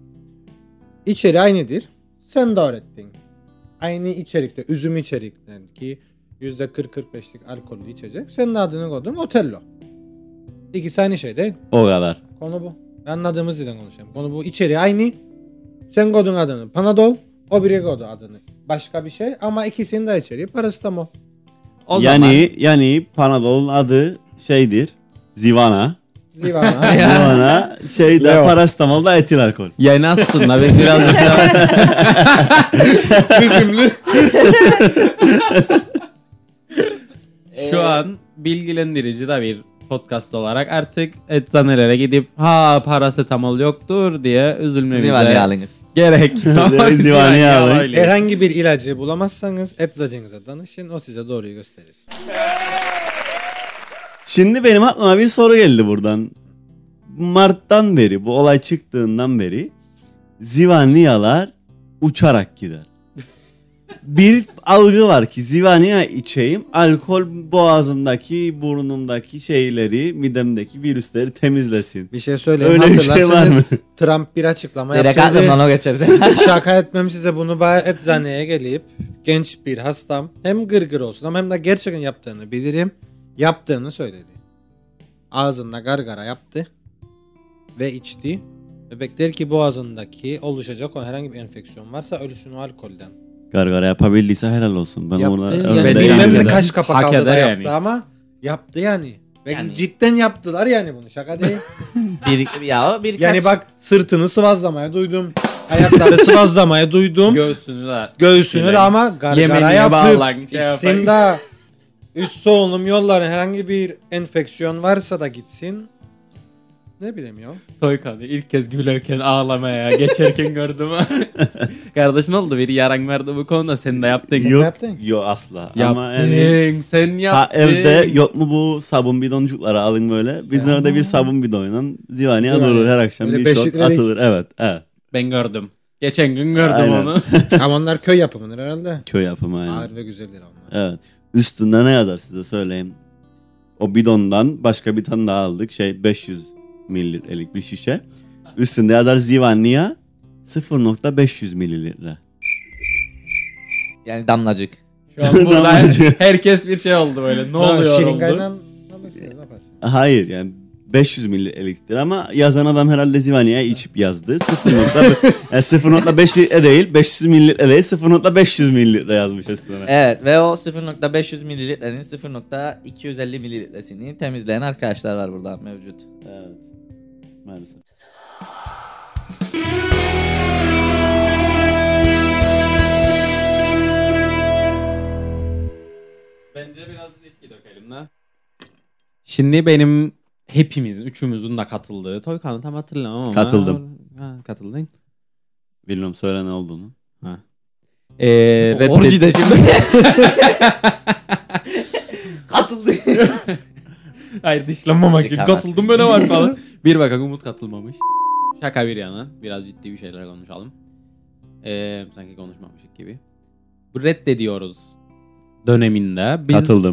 İçeri aynıdır. Sen de öğrettin. Aynı içerikte. Üzüm içerikten ki yüzde kırk kırk beşlik alkollü içecek. Senin de adını kodun. Otello. İkisi aynı şey değil. O kadar. Konu bu. Anladığımız dilden konuşalım. Konu bu. İçeriği aynı. Sen kodun adını Panadol. O biri kodu adını. Başka bir şey ama ikisinin de içeriği parasetamol. O yani zaman yani Panadol'un adı şeydir. Zivana. Zivana. Zivana şeyde Leo. parasetamol da etil alkol. Yani aslında biz birazcık daha... Üzümlü. Şu an bilgilendirici de bir podcast olarak artık eczanelere gidip ha parasetamol yoktur diye üzülmemize Zivanya alınız. gerek yok. Zivanya alın. öyle. Herhangi bir ilacı bulamazsanız eczacınıza danışın. O size doğruyu gösterir. Şimdi benim aklıma bir soru geldi buradan. Mart'tan beri bu olay çıktığından beri Zivanliyalar uçarak gider. bir algı var ki Zivania içeyim, alkol boğazımdaki, burnumdaki şeyleri, midemdeki virüsleri temizlesin. Bir şey söyleyeyim. Öyle bir şey var mı? Trump bir açıklama Direkt yaptı. aklımdan o geçerdi. Şaka etmem size, bunu bayağı eczaneye gelip genç bir hastam hem gırgır olsun ama hem de gerçekten yaptığını bilirim. Yaptığını söyledi. Ağzında gargara yaptı ve içti. Ve bekler ki boğazındaki oluşacak olan herhangi bir enfeksiyon varsa ölsün o alkolden. Gargara yapabildiyse helal olsun. Ben Yaptı. ona Yani Ben örneğin bilmem ne eder. kaç kapak Hak aldı da eder yaptı yani. ama yaptı yani. Ve Yani- cidden yaptılar yani bunu, şaka değil. bir, ya birkaç... Yani bak, sırtını sıvazlamaya duydum. Ayakları sıvazlamaya duydum. Göğsünü de Göğsünü de ama gargara Yemeniye bağlan, yapıp şey gitsin yapayım. da üst solunum yolları herhangi bir enfeksiyon varsa da gitsin. Ne bileyim ya. Toykan'ı ilk kez gülerken ağlamaya geçerken gördüm. Kardeşin oldu, biri yaran verdi bu konuda, sen de yaptın. Sen Yok, yaptın. yok asla. Yaptın, Ama yani sen ha, yaptın. evde yok mu bu sabun bidoncukları alın böyle. Bizim Ya. evde bir sabun bidonuyla Zivania Zivania. durur her akşam, Öyle bir beş shot litrelik. atılır. Evet, evet. Ben gördüm. Geçen gün gördüm Aynen. onu. Ama onlar köy yapımıdır herhalde. Köy yapımı aynen. Ağır ve güzeldir onlar. Evet. Üstünde ne yazar size söyleyeyim. O bidondan başka bir tane daha aldık. Şey beş yüz mililitrelik bir şişe. Üstünde yazar Zivania sıfır nokta beş yüz mililitre. Yani damlacık. Şu an burada herkes bir şey oldu böyle. Ne oluyor Şiringayla oldu. alırsınız, ne yaparsın? Hayır yani beş yüz mililitreliktir ama yazan adam herhalde Zivania'yı içip yazdı. sıfır nokta yani sıfır nokta beş litre değil, beş yüz mililitre değil, sıfır nokta beş yüz mililitre yazmış üstüne. Evet ve o sıfır nokta beş yüz mililitrenin sıfır nokta iki yüz elli mililitresini temizleyen arkadaşlar var burada mevcut. Evet. Maalesef. Bence biraz riski dökelim de. Şimdi benim hepimizin, üçümüzün de katıldığı, Toykan'ı tam hatırlamam ama. Katıldım. Ha, katıldın. Bilmiyorum söyle ne olduğunu. Ha. Ee, reddet- Orji de şimdi. Katıldı. Hayır, dışlanmamak için Çıkamazsın. katıldım ben, ne var falan. Bir bakan Umut katılmamış. Şaka bir yana, biraz ciddi bir şeyler konuşalım. Ee, sanki konuşmamışık gibi. Bu reddediyoruz döneminde biz Katıldım.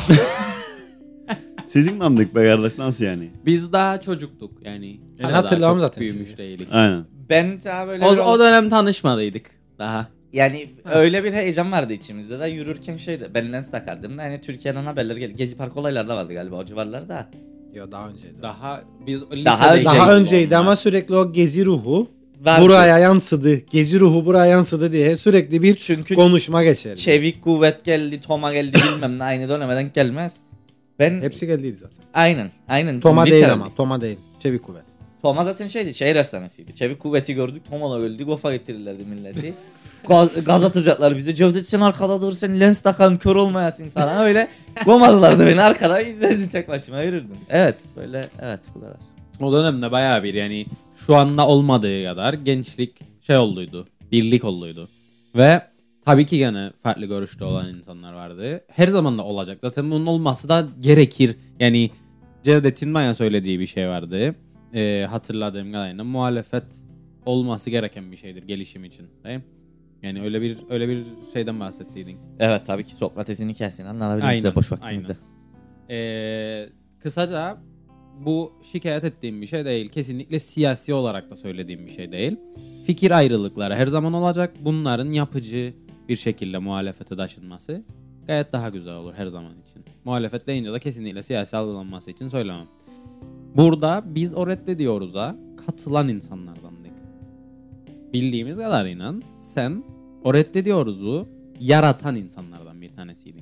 Sizin namdık be kardeş, nasıl yani? biz daha çocuktuk yani. Ben Hala daha hatırlamam çok zaten büyümüş sizi. değildik. Aynen. Ben daha böyle O, bir- o dönem tanışmadıydık daha. yani öyle bir heyecan vardı içimizde de yürürken şeyde ben lens takardım da hani Türkiye'den haberler geldi. Gezi Park olayları da vardı galiba o civarlarda. Yo, daha önceydi. Daha biz Daha- lisedeyken Daha oldu önceydi onlar. ama sürekli o gezi ruhu Vardı. buraya yansıdı. Gezi ruhu buraya yansıdı diye sürekli bir Çünkü konuşma geçer. Çevik Kuvvet geldi, Toma geldi bilmem ne aynı döneme denk gelmez. Ben Hepsi geldiydi zaten. aynen aynen. Toma Literally. değil ama. Toma değil. Çevik kuvvet. Toma zaten şeydi, şehir efsanesiydi. Çevik Kuvvet'i gördük, Toma'la öldü, gofa getirirlerdi milleti. Gaz, gaz atacaklar bize. Cevdet sen arkada dur, sen lens takalım kör olmayasın falan öyle. Gomadılardı beni, arkada izlerdi tek başıma yürürdüm. Evet böyle, evet bu kadar. O dönemde bayağı bir, yani şu anda olmadığı kadar gençlik şey olduydu. Birlik olduydu. Ve tabii ki gene farklı görüşte olan insanlar vardı. Her zaman da olacak. Zaten bunun olması da gerekir. Yani Cevdet'in bana söylediği bir şey vardı. Ee, hatırladığım kadarıyla muhalefet olması gereken bir şeydir gelişim için. Değil mi? Yani öyle bir öyle bir şeyden bahsettiydin. Evet tabii ki Sokrates'in hikayesini anlatabilirim size boş vaktinizde. Ee, kısaca bu şikayet ettiğim bir şey değil. Kesinlikle siyasi olarak da söylediğim bir şey değil. Fikir ayrılıkları her zaman olacak. Bunların yapıcı bir şekilde muhalefete taşınması gayet daha güzel olur her zaman için. Muhalefet deyince de kesinlikle siyasi algılanması için söylemem. Burada biz o reddediyoruz da katılan insanlardandık. Bildiğimiz kadarıyla sen o reddediyoruzu yaratan insanlardan bir tanesiydin.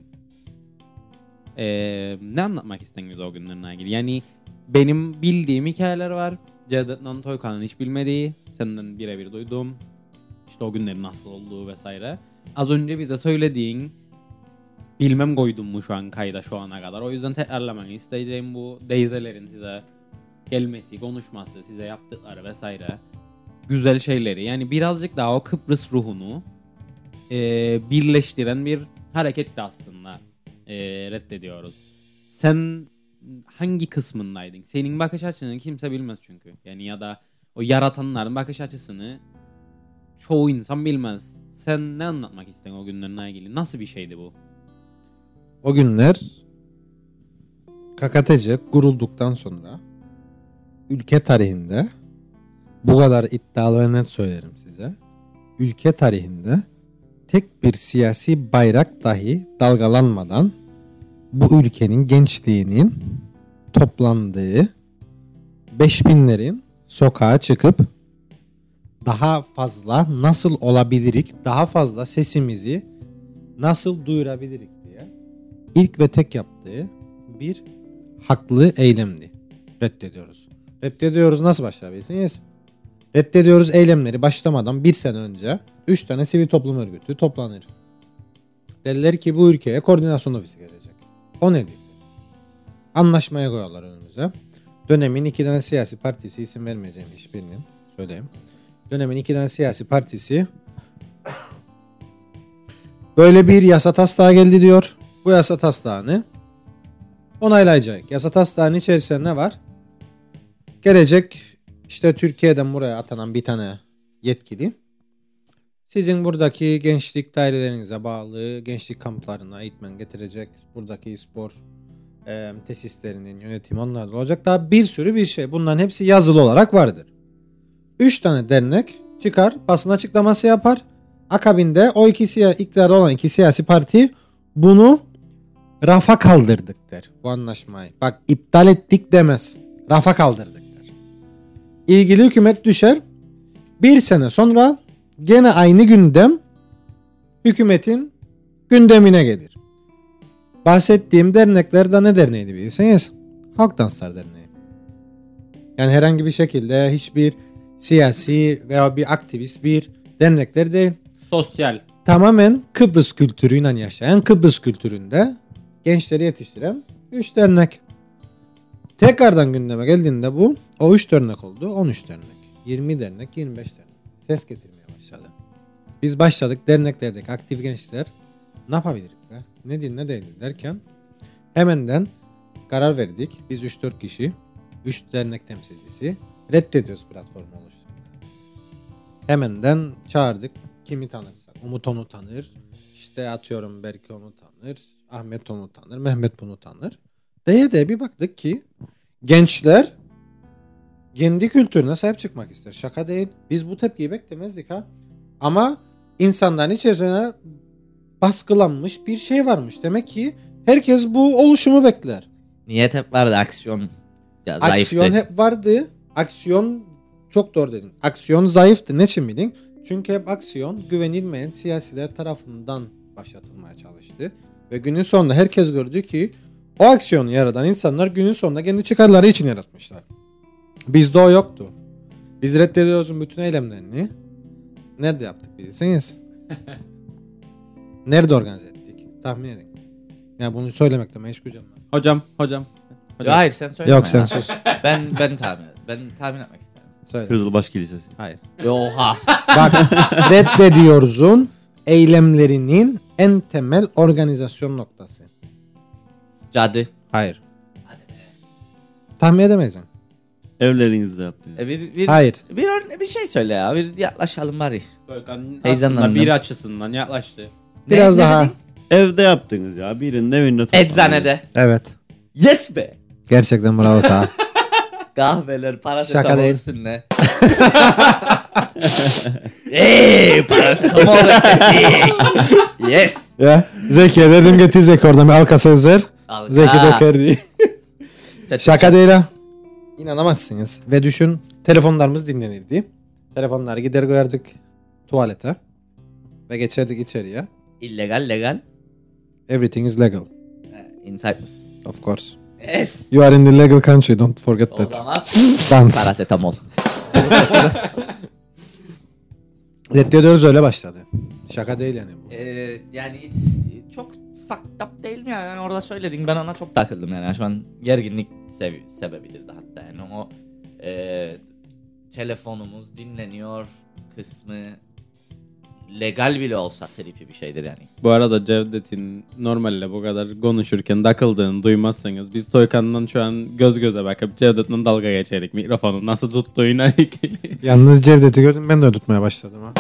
Ee, ne anlatmak istediniz o günlerine ilgili? Yani benim bildiğim hikayeler var. Cevdet Toykan'ın hiç bilmediği, senden birebir duyduğum, işte o günlerin nasıl olduğu vesaire. Az önce bize söylediğin, bilmem koydum mu şu an kayda şu ana kadar. O yüzden tekrarlamanı isteyeceğim bu deyzelerin size gelmesi, konuşması, size yaptıkları vesaire. Güzel şeyleri. Yani birazcık daha o Kıbrıs ruhunu e, birleştiren bir hareketti aslında. E, reddediyoruz. Sen hangi kısmındaydın? Senin bakış açını kimse bilmez çünkü. Yani ya da o yaratanların bakış açısını çoğu insan bilmez. sen ne anlatmak istedin o günlerle ilgili? Nasıl bir şeydi bu? O günler K K T C kurulduktan sonra ülke tarihinde, bu kadar iddialı ve net söylerim size, ülke tarihinde tek bir siyasi bayrak dahi dalgalanmadan bu ülkenin gençliğinin toplandığı, beş binlerin sokağa çıkıp daha fazla nasıl olabilirik, daha fazla sesimizi nasıl duyurabilirik diye ilk ve tek yaptığı bir haklı eylemdi. Reddediyoruz. Reddediyoruz nasıl başlayabilirsiniz? Reddediyoruz eylemleri başlamadan bir sene önce üç tane sivil toplum örgütü toplanır. Dediler ki bu ülkeye koordinasyon ofisi gelecek. O ne diyor? Anlaşmaya koyarlar önümüze. Dönemin iki tane siyasi partisi, isim vermeyeceğim hiçbirinin, söyleyeyim. Dönemin iki tane siyasi partisi böyle bir yasa taslağı geldi diyor. Bu yasa taslağını onaylayacak. Yasa taslağının içerisinde ne var? Gelecek işte Türkiye'den buraya atanan bir tane yetkili sizin buradaki gençlik dairelerinize bağlı gençlik kamplarına eğitmen getirecek. Buradaki spor e, tesislerinin yönetimi onlarda olacak. Daha bir sürü bir şey. Bunların hepsi yazılı olarak vardır. Üç tane dernek çıkar, basın açıklaması yapar. Akabinde o iki siyasi, iktidarda olan iki siyasi parti bunu rafa kaldırdık der. Bu anlaşmayı. Bak iptal ettik demez. Rafa kaldırdık der. İlgili hükümet düşer. Bir sene sonra gene aynı gündem hükümetin gündemine gelir. Bahsettiğim dernekler de ne derneğiydi bilirsiniz? Halk Danslar Derneği. Yani herhangi bir şekilde hiçbir siyasi veya bir aktivist bir dernekler değil. Sosyal. Tamamen Kıbrıs kültürüyle yaşayan, Kıbrıs kültüründe gençleri yetiştiren üç dernek. Tekrardan gündeme geldiğinde bu o üç dernek oldu. on üç dernek, yirmi dernek, yirmi beş dernek. Ses getirmeye başladı. Biz başladık derneklerdeki aktif gençler ne yapabiliriz be? Ne değil ne değil derken hemenden karar verdik. Biz üç dört kişi, üç dernek temsilcisi reddediyoruz platformu oluşturmayı. Hemenden çağırdık. Kimi tanırsak. Umut onu tanır. İşte atıyorum Berke onu tanır. Ahmet onu tanır. Mehmet bunu tanır. Deye de bir baktık ki gençler kendi kültürüne sahip çıkmak ister. Şaka değil. Biz bu tepkiyi beklemezdik ha. Ama insanların içerisine baskılanmış bir şey varmış. Demek ki herkes bu oluşumu bekler. Niyet hep vardı, aksiyon ya zayıftı. Aksiyon hep vardı. Aksiyon çok doğru dedin. Aksiyon zayıftı. Ne için bilin? Çünkü hep aksiyon güvenilmeyen siyasiler tarafından başlatılmaya çalıştı. Ve günün sonunda herkes gördü ki o aksiyonu yaratan insanlar günün sonunda kendi çıkarları için yaratmışlar. Bizde o yoktu. Biz reddediyoruz bütün eylemlerini. Nerede yaptık bilirsiniz? Nerede organize ettik? Tahmin edin. Yani bunu söylemekle meşgulüm ben. Hocam, hocam. Yo, hayır sen söyle. Yok sen sus. Ben ben tahmin ben tahmin etmek isterim. Söyle. Kızılbaş Kilisesi. Hayır. Oha. Bak reddediyoruz'un eylemlerinin en temel organizasyon noktası. Cadı. Hayır. Tahmin edemeyeceksin. Evlerinizde yaptınız. E bir, bir, Hayır. Bir, bir, bir şey söyle ya. Bir yaklaşalım bari. Aslında Heyecanlandım. bir açısından yaklaştı. Biraz Ne- ne daha. dedin? Evde yaptınız ya. Birinin evinde toplandınız. Eczanede. Evet. Yes be. Gerçekten bravo sana. Kahveler, Şaka parasetamol değil. üstünde. Eee parasetamol üstünde. Yes. Ya Zeki'ye dedim getir Zeki oradan bir alkası hazır. Alka. Zeki döker diye. Çat- Şaka değil ha. İnanamazsınız. Ve düşün telefonlarımız dinlenirdi. Telefonları gider koyardık tuvalete. Ve geçerdik içeriye. İllegal, legal. Everything is legal. In Cyprus. Of course. Yes. You are in the legal country. Don't forget O that. zaman Dance. parasetamol. Reddediyoruz öyle başladı. Şaka değil yani bu. Ee, yani it's- çok fucked up değil mi yani? Yani orada söyledin, ben ona çok takıldım yani. Şu an gerginlik sev- sebebidir de hatta yani o e, telefonumuz dinleniyor kısmı legal bile olsa tripi bir şeydir yani. Bu arada Cevdet'in normalde bu kadar konuşurken takıldığını duymazsanız biz Toykan'dan şu an göz göze bakıp Cevdet'le dalga geçerik mikrofonu nasıl tuttuğuyla ilgili. Yalnız Cevdet'i gördüm ben de tutmaya başladım ha.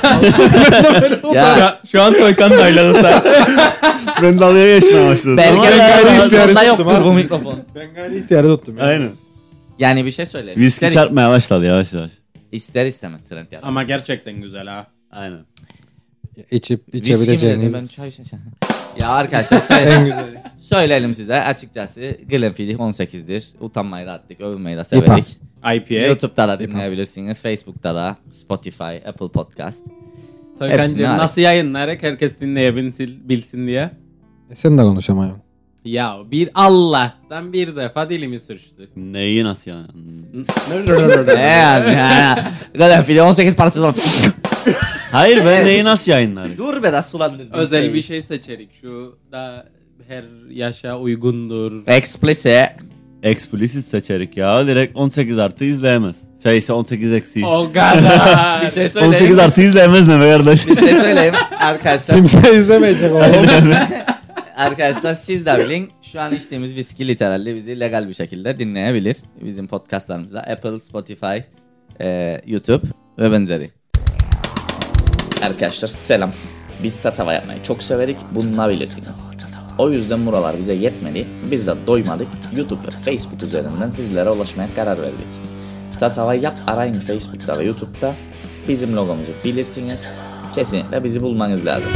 Ya Şu an Toykan da oyladı sen. Ben dalgaya geçmeye başladım. Ama ben gayri belki ihtiyarı de tuttum yoktur ha. bu mikrofon. Ben gayri ihtiyarı tuttum. Yani. Aynen. Yani bir şey söyleyeyim. Viski İster- çarpmaya başladı yavaş yavaş. İster istemez trend yani. Ama gerçekten güzel ha. Aynen. İçip Viski mi dedim içebileceğiniz ben çay içeceğim. Ya arkadaşlar söyle, en güzeli. söyleyelim size açıkçası Glenfiddich on sekizdir. Utanmayı da attık, övünmeyi de severik. I P A. YouTube'da da dinleyebilirsiniz. Facebook'ta da, Spotify, Apple Podcast. Toykancığım Hepsini nasıl yayınlayarak herkes dinleyebilsin bilsin diye. E sen de konuşamıyorsun. Ya bir Allah'tan bir defa dilimi sürçtü. Neyi nasıl yani? Ne yani? ya? Glenfiddich on sekiz parçası var. Hayır ben neyi nasıl yayınlarım? Dur be da sulandırdın. Özel bir şey seçerik. Şu da her yaşa uygundur. Explicit. Explicit seçerik ya. Direkt on sekiz artı izleyemez. Şey ise on sekiz eksi. O kadar. Bir şey on söyleyeyim. sekiz artı izleyemez ne be kardeş? Bir şey söyleyeyim arkadaşlar. Kimse izlemeyecek oğlum. Arkadaşlar siz de bilin şu an içtiğimiz viski literalde bizi legal bir şekilde dinleyebilir. Bizim podcastlarımıza Apple, Spotify, e, YouTube ve benzeri. Arkadaşlar selam. Biz tatava yapmayı çok severik, bulunabilirsiniz. O yüzden buralar bize yetmedi, biz de doymadık. YouTube ve Facebook üzerinden sizlere ulaşmaya karar verdik. Tatava yap arayın Facebook'ta ve YouTube'da. Bizim logomuzu bilirsiniz. Kesinlikle bizi bulmanız lazım.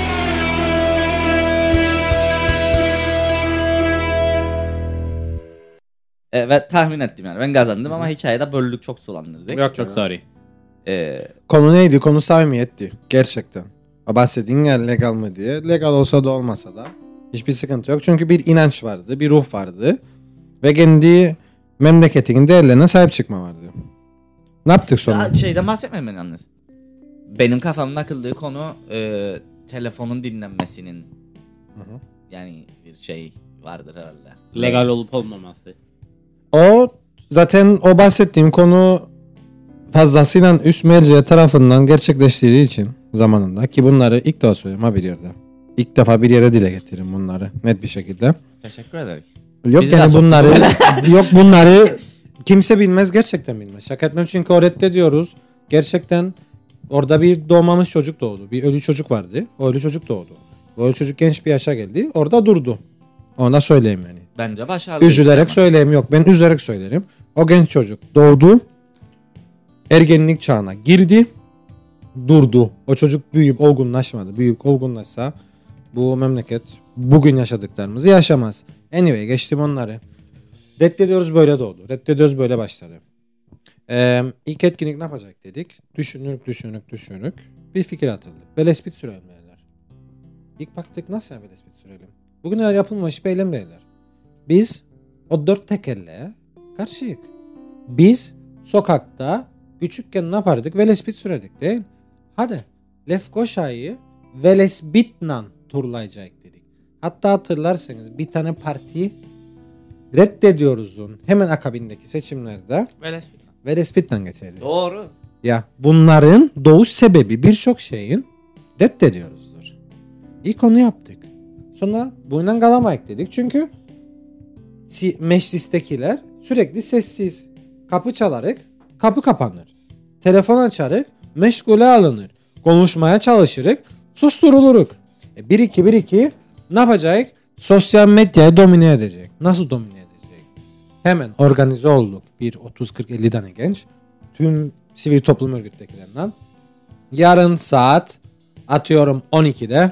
Evet tahmin ettim yani ben kazandım ama hikayede böldük çok sulandırdık. Yok Çok sorry. Ee, Konu neydi? Konu samimiyetti. Gerçekten. O bahsettiğin yer legal mı diye. Legal olsa da olmasa da hiçbir sıkıntı yok. Çünkü bir inanç vardı, bir ruh vardı. Ve kendi memleketinin değerlerine sahip çıkma vardı. Ne yaptık sonra? ya şeyden bahsetmeyin ben yalnız. Benim kafamda akıldığı konu e, telefonun dinlenmesinin hı. yani bir şey vardır herhalde. Legal olup olmaması. O zaten o bahsettiğim konu fazlasıyla üst merci tarafından gerçekleştiği için zamanında ki bunları ilk defa söylüyorum ha bir yerde. İlk defa bir yere dile getiririm bunları net bir şekilde. Teşekkür ederim. Yok Bizi de yani soktu bunları böyle. yok bunları kimse bilmez gerçekten bilmez. Şaka etmem çünkü o reddediyoruz. Gerçekten orada bir doğmamış çocuk doğdu. Bir ölü çocuk vardı. O ölü çocuk doğdu. O ölü çocuk genç bir yaşa geldi. Orada durdu. Ona söyleyeyim yani. Bence başarılı. Üzülerek ama. söyleyeyim yok. Ben üzülerek söylerim. O genç çocuk doğdu. Ergenlik çağına girdi. Durdu. O çocuk büyüyüp olgunlaşmadı. Büyüyüp olgunlaşsa bu memleket bugün yaşadıklarımızı yaşamaz. Anyway geçtim onları. Reddediyoruz böyle doğdu. Reddediyoruz böyle başladı. Ee, ilk etkinlik ne yapacak dedik. Düşünürük düşünürük düşünürük. Bir fikir atıldı. Velespit sürelim dediler. İlk baktık nasıl velespit sürelim. Bugünler yapılmamış bir eylem dediler. Biz o dört tekerleğe karşıyık. Biz sokakta küçükken ne yapardık? Velespit süredik değil mi? Hadi Lefkoşa'yı velespitla turlayacak dedik. Hatta hatırlarsanız bir tane partiyi reddediyoruzun hemen akabindeki seçimlerde Velespit. velespitle geçerdi. Doğru. Ya bunların doğuş sebebi birçok şeyin reddediyoruzdur. İlk onu yaptık. Sonra bundan kalamayık dedik. Çünkü si- meclistekiler sürekli sessiz. Kapı çalarak kapı kapanır. Telefon açarık meşgule alınır. Konuşmaya çalışırık susturuluruk. E, bir iki bir iki ne yapacak? Sosyal medyayı domine edecek. Nasıl domine edecek? Hemen organize olduk. Bir otuz kırk elli tane genç. Tüm sivil toplum örgütlerinden. Yarın saat atıyorum on ikide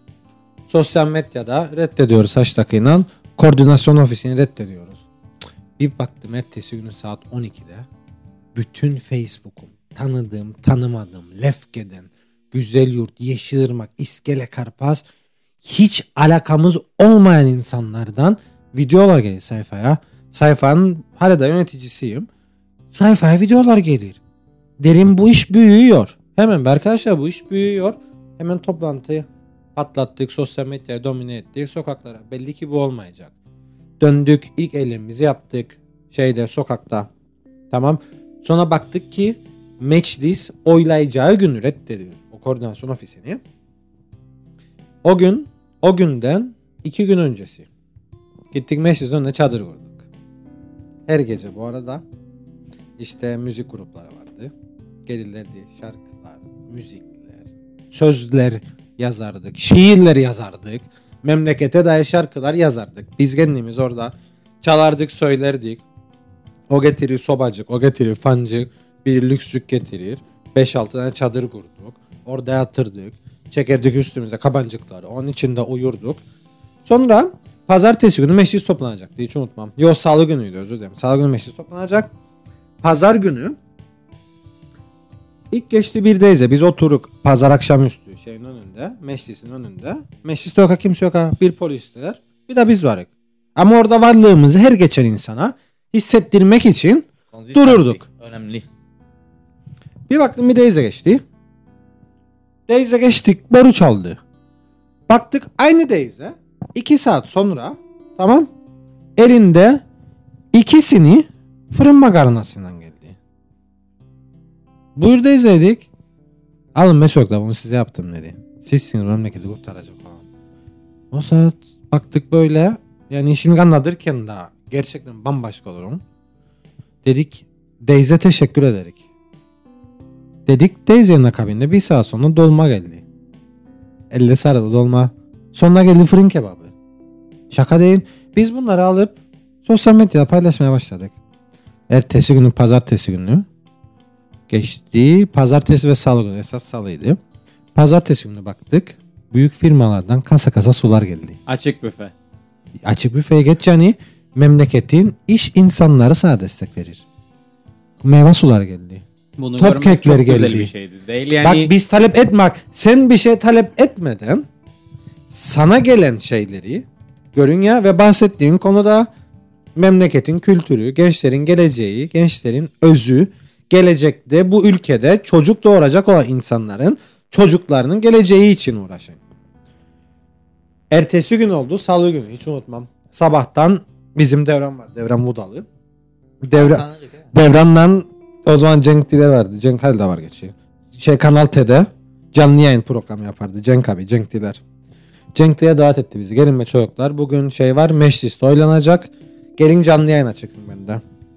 sosyal medyada reddediyoruz hashtag'ıyla koordinasyon ofisini reddediyoruz. Bir baktım ertesi günü saat on ikide bütün Facebook'um tanıdığım tanımadığım Lefke'den Güzelyurt, Yeşilırmak, İskele Karpaz hiç alakamız olmayan insanlardan videolar gelir sayfaya. Sayfanın hala yöneticisiyim. Sayfaya videolar gelir. Derim bu iş büyüyor. Hemen arkadaşlar bu iş büyüyor. Hemen toplantıyı patlattık. Sosyal medyayı domine ettik. Sokaklara. Belli ki bu olmayacak. Döndük. İlk eylemimizi yaptık. Şeyde sokakta. Tamam. Sonra baktık ki meclis oylayacağı günü reddediyor. O koordinasyon ofisini. O gün, o günden iki gün öncesi gittik meclisin önüne çadır kurduk. Her gece bu arada işte müzik grupları vardı. Gelirlerdi, şarkılar, müzikler, sözler yazardık, şiirler yazardık. Memlekete dair şarkılar yazardık. Biz kendimiz orada çalardık, söylerdik. O getirir sobacık, o getirir fancık, bir lükscük getirir. beş altı tane çadır kurduk. Orada yatırdık. Çekerdik üstümüze kabancıkları. Onun içinde uyurduk. Sonra pazartesi günü meclis toplanacaktı. Hiç unutmam. Yok salı günüydü, özür dilerim. Salı günü meclis toplanacak. Pazar günü ilk geçti birdeyiz. Biz oturuk pazar akşamüstü şeyin önünde, meclisin önünde. Mecliste yok, kimse yok. Bir polisler, bir de biz varık. Ama orada varlığımızı her geçen insana hissettirmek için dururduk. Önemli. Bir baktım bir Deyze geçti. Deyze geçtik, boru çaldı. Baktık aynı Deyze iki saat sonra, tamam, elinde ikisini fırın makarnasından geldi. Buyur Deyze dedik. Alın beş okla bunu size yaptım dedi. Sizsiniz memleketi kurtaracak falan. O saat baktık böyle, yani işimi anlatırken daha gerçekten bambaşka olurum. Dedik Deyze teşekkür ederik. Dedik Deyze'nin akabinde bir saat sonra dolma geldi. Elle sarılı dolma. Sonra geldi fırın kebabı. Şaka değil. Biz bunları alıp sosyal medyada paylaşmaya başladık. Ertesi günü pazartesi günü geçti. Pazartesi ve salı günü, esas salıydı. Pazartesi günü baktık. Büyük firmalardan kasa kasa sular geldi. Açık büfe. Açık büfeye geç yani memleketin iş insanları sana destek verir. Meyve sular geldi. Bunu Top görmek kekler çok güzel geldi. bir şeydi. Değil yani. Bak biz talep etmek. Sen bir şey talep etmeden sana gelen şeyleri görün ya ve bahsettiğin konuda memleketin kültürü, gençlerin geleceği, gençlerin özü, gelecekte bu ülkede çocuk doğuracak olan insanların çocuklarının geleceği için uğraşın. Ertesi gün oldu, salı günü, hiç unutmam. Sabahtan bizim Devran var, Devran Vudalı. Devran, Devran'dan o zaman Cenk Diler vardı. Cenk Halil de var geçiyor. Şey Kanal T'de canlı yayın programı yapardı. Cenk abi, Cenk Diler. Cenk Diler davet etti bizi. Gelin be çocuklar. Bugün şey var, mecliste oylanacak. Gelin canlı yayına çıkın bende.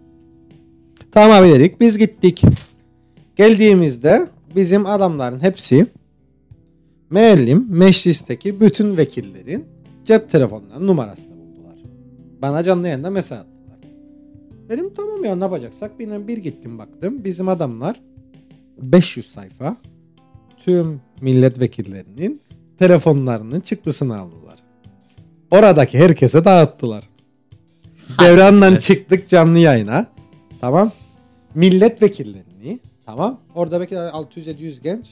Tamam abi dedik. Biz gittik. Geldiğimizde bizim adamların hepsi meallim meclisteki bütün vekillerin cep telefonlarının numarasını buldular. Bana canlı yayında mesaj attılar. Dedim tamam ya ne yapacaksak bir, bir gittim baktım. Bizim adamlar beş yüz sayfa tüm milletvekillerinin telefonlarının çıktısını aldılar. Oradaki herkese dağıttılar. Devran'dan çıktık canlı yayına. Tamam. Milletvekillerini, tamam. Orada belki altı yüz yedi yüz genç.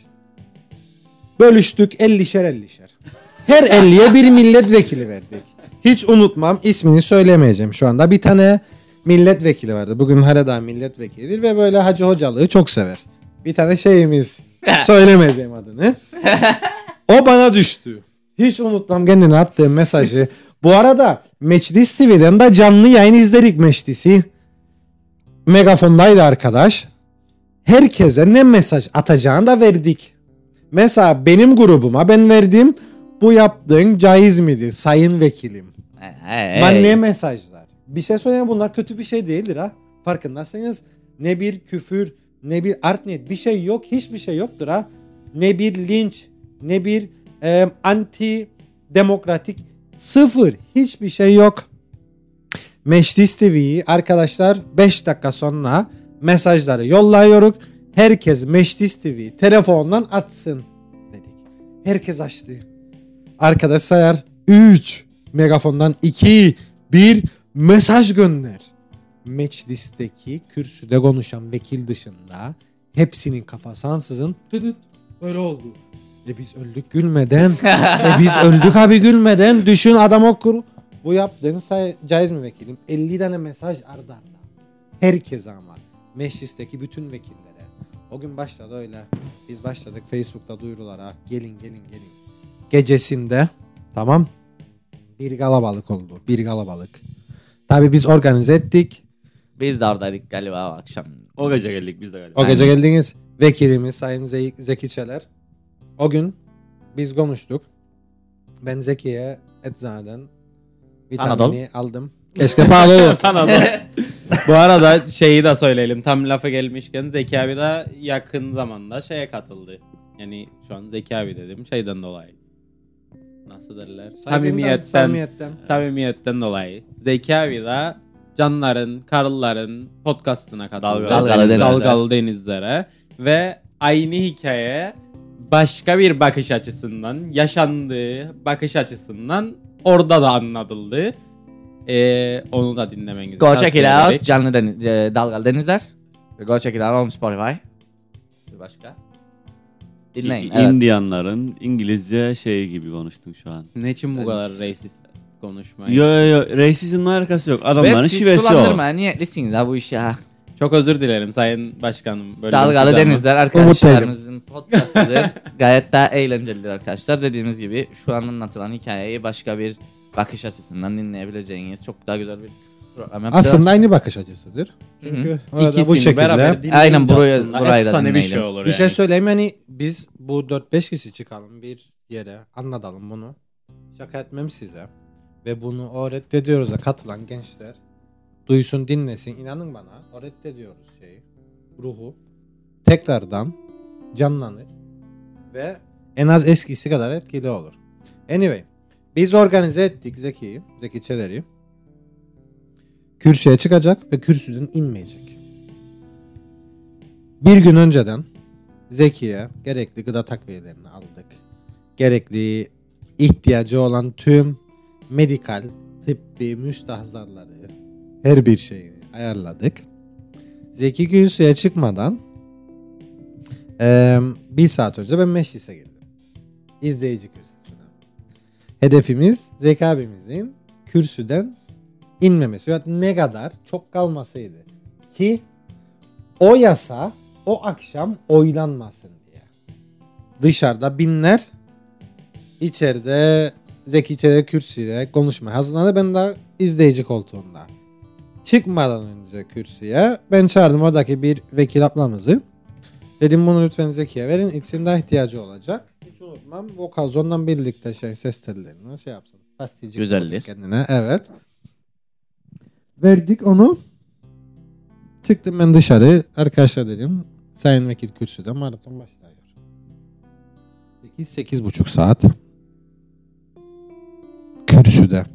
Bölüştük ellişer ellişer. Her elliye bir milletvekili verdik. Hiç unutmam, ismini söylemeyeceğim şu anda. Bir tane milletvekili vardı. Bugün hala milletvekilidir ve böyle hacı hocalığı çok sever. Bir tane şeyimiz, söylemeyeceğim adını. O bana düştü. Hiç unutmam kendine attığım mesajı. Bu arada Meclis T V'den de canlı yayın izledik meclisi. Megafondaydı arkadaş. Herkese ne mesaj atacağını da verdik. Mesela benim grubuma ben verdim. Bu yaptığın caiz midir sayın vekilim? Hey. Ben ne mesajlar? Bir şey söyleyeyim, bunlar kötü bir şey değildir ha. Farkındaysanız ne bir küfür, ne bir art niyet, bir şey yok, hiçbir şey yoktur ha. Ne bir linç, ne bir e, anti demokratik, sıfır, hiçbir şey yok. Meclis T V'yi arkadaşlar beş dakika sonra mesajları yolluyoruz. Herkes Meclis T V telefondan atsın dedik. Herkes açtı. Arkadaş sayar üç, megafondan iki, bir mesaj gönder. Meclisteki kürsüde konuşan vekil dışında hepsinin kafası ansızın tıdıt böyle oldu. E biz öldük gülmeden. e biz öldük abi gülmeden. Düşün adam okur. Bu yaptığın say caiz mi vekilim? elli tane mesaj arda arda. Herkese ama. Meclisteki bütün vekillere. O gün başladı öyle. Biz başladık Facebook'ta duyurulara. Gelin gelin gelin. Gecesinde tamam. Bir kalabalık oldu. Bir kalabalık. Tabii biz organize ettik. Biz de oradaydık galiba o akşam. O gece geldik biz de galiba. O gece geldiniz. Vekilimiz Sayın Ze- Zeki Çeler. o gün biz konuştuk. Ben Zeki'ye eczaneden vitamini Anadolu. aldım. Keşke pahalı olsa. Anadolu. Bu arada şeyi de söyleyelim. Tam lafa gelmişken Zeki abi de yakın zamanda şeye katıldı. Yani şu an Zeki abi dedim şeyden dolayı. Nasıl derler? Samimiyetten. Samimiyetten. Samimiyetten dolayı. Zeki abi de Canların, Karlıların podcastına katıldı. Dalgalı Dalgalı, Denizler. Dalgalı Denizlere. Ve aynı hikaye başka bir bakış açısından, yaşandığı bakış açısından orada da anlatıldı. Ee, onu da dinlemenizi Go check it tavsiye out. ederek. Canlı deniz, e, Dalgalı Denizler. Go check it out on Spotify. Bir başka. Dinleyin. İ- Evet. İndiyanların İngilizce şey gibi konuştun şu an. Ne için bu Ben- kadar racist konuşmayı? Yo yo yo racism'le alakası yok. Ve Adamların siz şivesi o. sulandırma. Niyetlisiniz ha bu işi ha. Çok özür dilerim Sayın Başkanım. Böyle Dalgalı size ama- Denizler arkadaşlarımızın podcastıdır. Gayet daha eğlencelidir arkadaşlar. Dediğimiz gibi şu an anlatılan hikayeyi başka bir bakış açısından dinleyebileceğiniz çok daha güzel bir program yaptı. Aslında aynı bakış açısıdır. Çünkü orada İkisini bu şekilde beraber dinleyince Aynen, buraya- aslında burayı da efsane bir dinleyelim. şey olur bir yani. şey söyleyeyim, hani biz bu dört beş kişi çıkalım bir yere, anlatalım bunu. Şaka etmem size. Ve bunu o reddediyoruz'a katılan gençler duysun, dinlesin. İnanın bana, o reddediyoruz şeyi, ruhu tekrardan canlanır ve en az eskisi kadar etkili olur. Anyway, biz organize ettik Zeki'yi, Zeki Çeler'i. Kürsüye çıkacak ve kürsüden inmeyecek. Bir gün önceden Zeki'ye gerekli gıda takviyelerini aldık. Gerekli ihtiyacı olan tüm medikal, tıbbi müstahzarları, her bir şeyi ayarladık. Zeki kürsüye çıkmadan eee, bir saat önce ben meclise girdim. İzleyici kürsüsüne. Hedefimiz Zeki abimizin kürsüden inmemesi ve ne kadar çok kalmasıydı. Ki o yasa o akşam oylanmasın diye. Dışarıda binler, içeride Zeki Çelik kürsüye konuşmaya hazırlandı. Ben de izleyici koltuğunda. Çıkmadan önce kürsüye ben çağırdım oradaki bir vekil ablamızı. Dedim bunu lütfen Zeki'ye verin. İkisinin daha ihtiyacı olacak. Hiç unutmam. Vokazondan birlikte şey, ses tellerini şey yapsın. Pastilci Güzeldir. kendine. Evet. Verdik onu. Çıktım ben dışarı. Arkadaşlar dedim, Sayın Vekil kürsüde maraton başlıyor. sekiz sekiz buçuk saat. Kürsüde.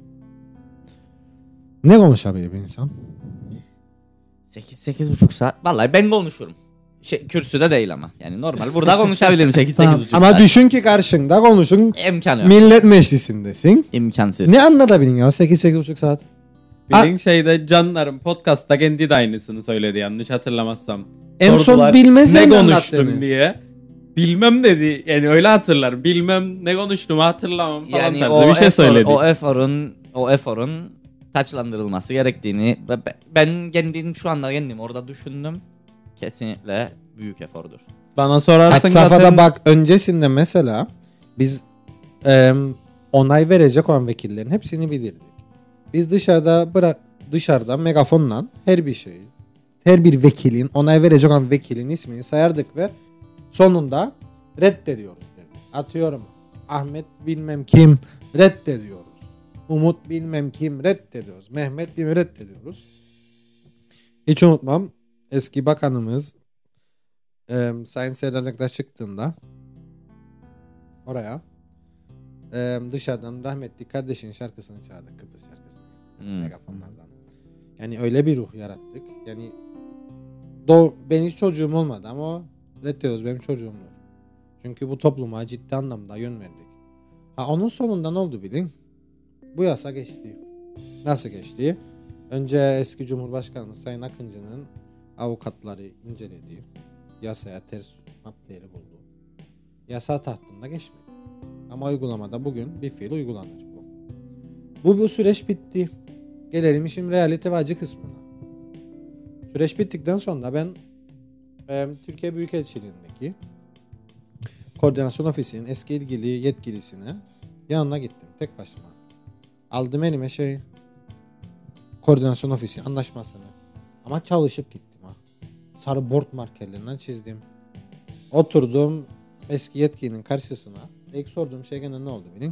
Ne konuşabilir bir insan? sekiz sekiz buçuk saat. Vallahi ben konuşurum. Şey, kürsüde değil ama. Yani normal. Burada konuşabilirim sekiz sekiz buçuk Ama saat. düşün ki karşında konuşun. İmkanı yok. Millet meclisindesin. İmkansız. Ne anlatabilin ya sekiz sekiz buçuk saat? Bildiğin şeyde Canlarım podcast'ta kendi de aynısını söyledi yanlış hatırlamazsam. En son Sordular, bilmesen ne ne konuştun anlattığını. diye. Bilmem dedi. Yani öyle hatırlarım. Bilmem ne konuştuğumu hatırlamam falan Yani tarzı o bir şey efor, söyledi. o eforun o eforun taçlandırılması gerektiğini ve be- ben kendim şu anda kendim orada düşündüm. Kesinlikle büyük efordur. Bana sorarsın Kaç safhada zaten bak, öncesinde mesela biz e, onay verecek olan vekillerin hepsini bilirdik. Biz dışarıda bırak dışarıda megafonla her bir şeyi, her bir vekilin, onay verecek olan vekilin ismini sayardık ve sonunda reddediyoruz dedik. Atıyorum Ahmet bilmem kim reddediyoruz. Umut bilmem kim reddediyoruz. Mehmet bilmem reddediyoruz. Hiç unutmam, eski bakanımız e, Sayın Serdar Denktaş çıktığında oraya e, dışarıdan rahmetli kardeşinin şarkısını çaldık, Kıbrıs şarkısını. Hmm. Megafonlardan. Yani öyle bir ruh yarattık. Yani do benim hiç çocuğum olmadı ama reddediyoruz, benim çocuğumdur. Çünkü bu topluma ciddi anlamda yön verdik. Ha, onun sonunda ne oldu bilin? Bu yasa geçti. Nasıl geçti? Önce eski Cumhurbaşkanımız Sayın Akıncı'nın avukatları inceledi. Yasaya ters maddeleri buldu. Yasa tahtında geçmedi. Ama uygulamada bugün bir fiil uygulanır bu. Bu, bu süreç bitti. Gelelim işin realite ve acı kısmına. Süreç bittikten sonra ben e, Türkiye Büyükelçiliğindeki Koordinasyon Ofisi'nin eski ilgili yetkilisine yanına gittim tek başıma. Aldım elime şey Koordinasyon Ofisi anlaşmasını. Ama çalışıp gittim ha. Sarı board markerlerinden çizdim. Oturdum, eski yetkilinin karşısına ilk sorduğum şey gene ne oldu bilin?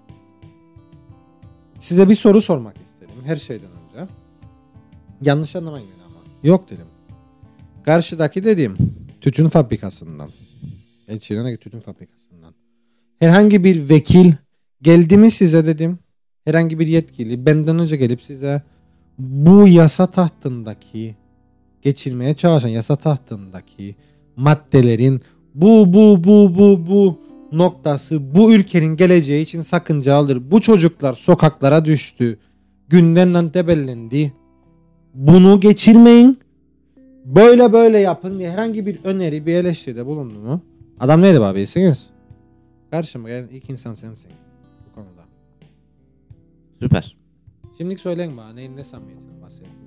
Size bir soru sormak isterim her şeyden önce. Yanlış anlamayın beni ama. Yok dedim. Karşıdaki dediğim tütün fabrikasından. Elçile'ne tütün fabrikasından. Herhangi bir vekil geldi mi size dedim. Herhangi bir yetkili benden önce gelip size bu yasa tahtındaki geçilmeye çalışan yasa tahtındaki maddelerin bu bu bu bu bu noktası bu ülkenin geleceği için sakıncalıdır. Bu çocuklar sokaklara düştü. Gündemden tebellendi. Bunu geçirmeyin. Böyle böyle yapın diye herhangi bir öneri, bir eleştiride bulundu mu? Adam neydi abi bilsiniz? Karşıma gelen ilk insan sensin bu konuda. Süper. Şimdilik söyleyin bana neyin ne samimiyetinden bahsediyorum.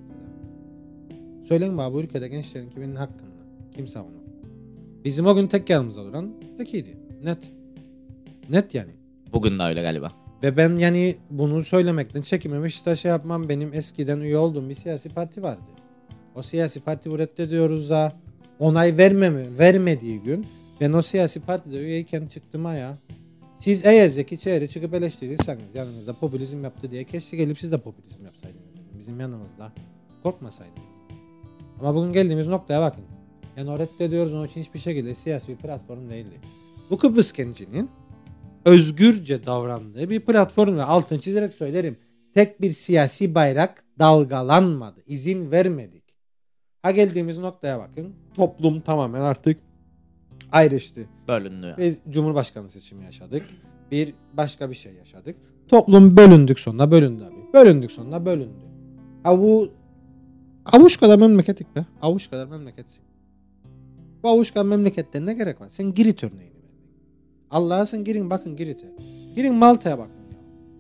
Söyleyin bana bu ülkede gençlerin kimin hakkında? Kim savunuyor? Bizim o gün tek yanımızda duran Zeki'ydi. Net. Net yani. Bugün de öyle galiba. Ve ben yani bunu söylemekten çekinmemiş de şey yapmam, benim eskiden üye olduğum bir siyasi parti vardı. O siyasi parti bu reddediyoruz da onay vermemi, vermediği gün ben o siyasi partide üyeyken çıktım ayağa. Siz eğer Zeki Çeyr'i çıkıp eleştirirseniz yanınızda popülizm yaptı diye keşke gelip siz de popülizm yapsaydınız. Bizim yanımızda korkmasaydınız. Ama bugün geldiğimiz noktaya bakın. Yani o reddediyoruz, onun için hiçbir şekilde siyasi bir platform değildi. Bu Kıbrıs gencinin özgürce davrandığı bir platform ve altını çizerek söylerim. Tek bir siyasi bayrak dalgalanmadı. İzin vermedik. Ha geldiğimiz noktaya bakın. Toplum tamamen artık ayrıştı. Bölündü. Bir Cumhurbaşkanı seçimi yaşadık. Bir başka bir şey yaşadık. Toplum bölündük sonunda bölündü abi. Bölündük sonunda bölündü. Ha bu avuç kadar memleketlik be. Avuç kadar memleketsin. Bu avuç kadar memleketten ne gerek var? Sen Girit örneğini verdin. Allah'a sen girin bakın Girit'e. Girin Malta'ya bakın ya.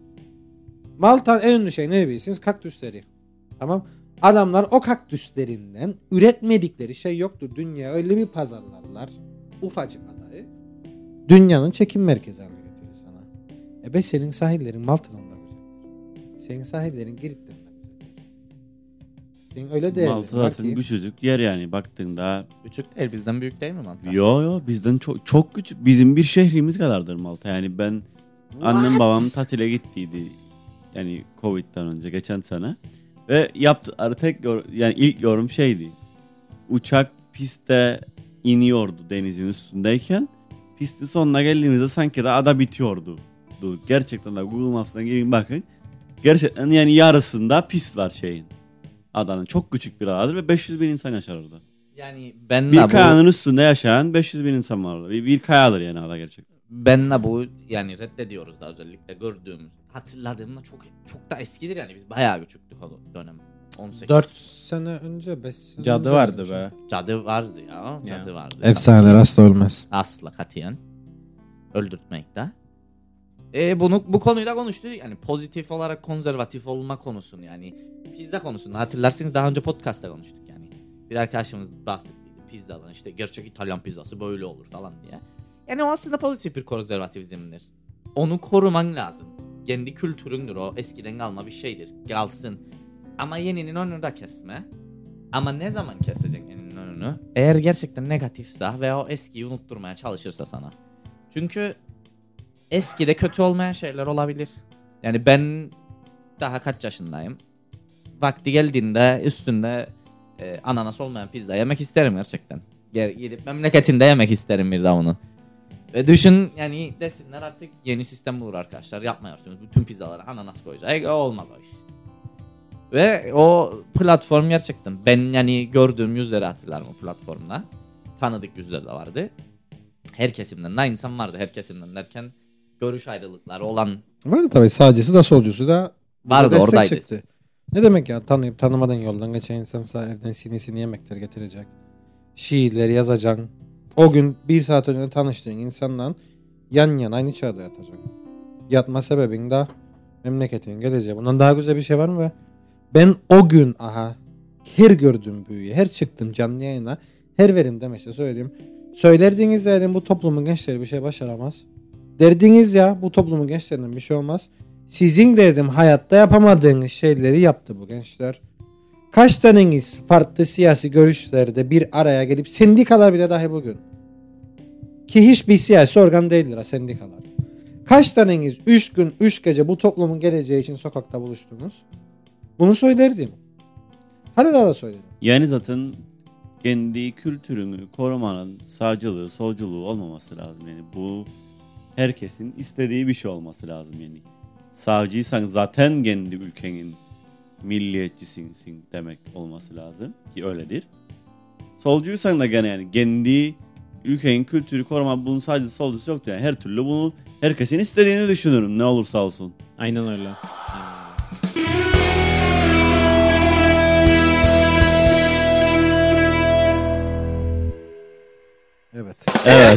Malta'nın en ünlü şey ne bilirsiniz? Kaktüsleri. Tamam. Adamlar o kaktüslerinden üretmedikleri şey yoktur. Dünya öyle bir pazarlarlar. Ufacık adayı. Dünyanın çekim merkezi haline getirir sana. E be senin sahillerin Malta'dan da güzel. Senin sahillerin Girit'ten de güzel. Senin öyle değerli. Malta zaten küçücük yer yani baktığında. Küçük değil, bizden büyük değil mi Malta? Yo yo bizden çok çok küçük. Bizim bir şehrimiz kadardır Malta. Yani ben What? Annem babam tatile gittiydi. Yani Covid'den önce geçen sene. Ve yaptıkları tek yor- yani ilk yorum şeydi. Uçak pistte iniyordu denizin üstündeyken. Pistin sonuna geldiğimizde sanki de ada bitiyordu. Gerçekten de Google Maps'tan gelin bakın. Gerçekten yani yarısında pist var şeyin. Adanın çok küçük bir adadır ve beş yüz bin insan yaşar orada. Yani ben bir bu... kayanın üstünde yaşayan beş yüz bin insan var orada. Bir, bir kayadır yani ada gerçekten. Ben bu yani reddediyoruz da özellikle gördüğümüz, hatırladığımda çok çok da eskidir yani biz bayağı küçüktük o dönem. on sekiz dört sene önce beş sene Cadı önce vardı şey. be. Cadı vardı ya. Cadı Ya. vardı. Efsaneler asla ölmez. Asla katiyen. Öldürtmekte. E bunu bu konuyu da konuştuk. Yani pozitif olarak konservatif olma konusunu yani pizza konusunu hatırlarsınız daha önce podcast'ta konuştuk yani. Bir arkadaşımız bahsettiydi pizzadan işte gerçek İtalyan pizzası böyle olur falan diye. Yani o aslında pozitif bir konservativizmdir. Onu koruman lazım. Kendi kültüründür o. Eskiden kalma bir şeydir. Kalsın. Ama yeninin önünü de kesme. Ama ne zaman keseceksin yeninin önünü? Eğer gerçekten negatifse ve o eskiyi unutturmaya çalışırsa sana. Çünkü eskide kötü olmayan şeyler olabilir. Yani ben daha kaç yaşındayım. Vakti geldiğinde üstünde e, ananas olmayan pizza yemek isterim gerçekten. Gidip memleketinde yemek isterim bir daha onu. Ve düşün yani desinler artık yeni sistem bulur arkadaşlar. Yapmıyorsunuz. Bütün pizzalara ananas koyacak. O olmaz o iş. Ve o platform gerçekten ben yani gördüğüm yüzleri hatırlarım o platformda. Tanıdık yüzler de vardı. Her kesimden de insan vardı. Her kesimden derken görüş ayrılıkları olan Vardı tabii, sağcısı da solcusu da vardı destek oradaydı. çıktı. Ne demek ya, tanıyıp tanımadan yoldan geçen insan evden sinisini yemekler getirecek. Şiirleri yazacaksın. O gün bir saat önce tanıştığın insanla yan yana aynı çağda yatacaksın. Yatma sebebin de memleketin geleceği. Bundan daha güzel bir şey var mı be? Ben o gün aha her gördüğüm büyüye, her çıktım canlı yayına, her verim demeçte söyledim. Söylerdiniz ya dedim, bu toplumun gençleri bir şey başaramaz. Derdiniz ya bu toplumun gençlerinden bir şey olmaz. Sizin dedim hayatta yapamadığınız şeyleri yaptı bu gençler. Kaç taneniz farklı siyasi görüşlerde bir araya gelip sendikalar bile dahi bugün Ki hiçbir siyasi organ değildir ha sendikalar. Kaç taneniz üç gün üç gece bu toplumun geleceği için sokakta buluştunuz? Bunu söylerdim. Hala da söyledim. Yani zaten kendi kültürünü korumanın sağcılığı, solculuğu olmaması lazım. Yani bu herkesin istediği bir şey olması lazım yani. Sağcıysan zaten kendi ülkenin milliyetçisin demek olması lazım ki öyledir. Solcuysan da gene yani kendi ülkenin kültürü koruma, bunun sadece solcusu yoktu yani. Her türlü bunu herkesin istediğini düşünürüm ne olursa olsun. Aynen öyle. Aynen öyle. Evet. Evet.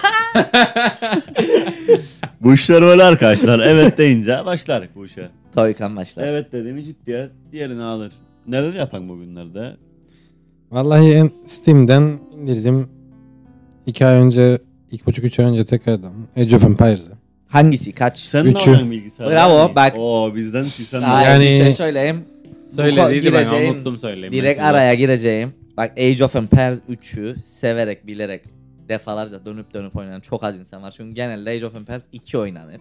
Bu işler öyle arkadaşlar. Evet deyince başlar bu işe. Toykan başlar. Evet dediğimi ciddiye diğerini alır. Neler yapan bugünlerde? Vallahi en Steam'den indirdim. iki ay önce, iki buçuk üç ay önce tekrardan Age of Empires'ı. Hangisi? Kaç? Sen ne Üçü. yapıyorsun bilgisayarda? Bravo, Yani? bak. Oo bizden sen Hayır, Yani- bir şey söyleyeyim. Söylediydi ben gireceğim, unuttum söyleyeyim. Direkt ben size. araya gireceğim. Bak Age of Empires üçü severek bilerek defalarca dönüp dönüp oynayan çok az insan var. Çünkü genelde Age of Empires iki oynanır.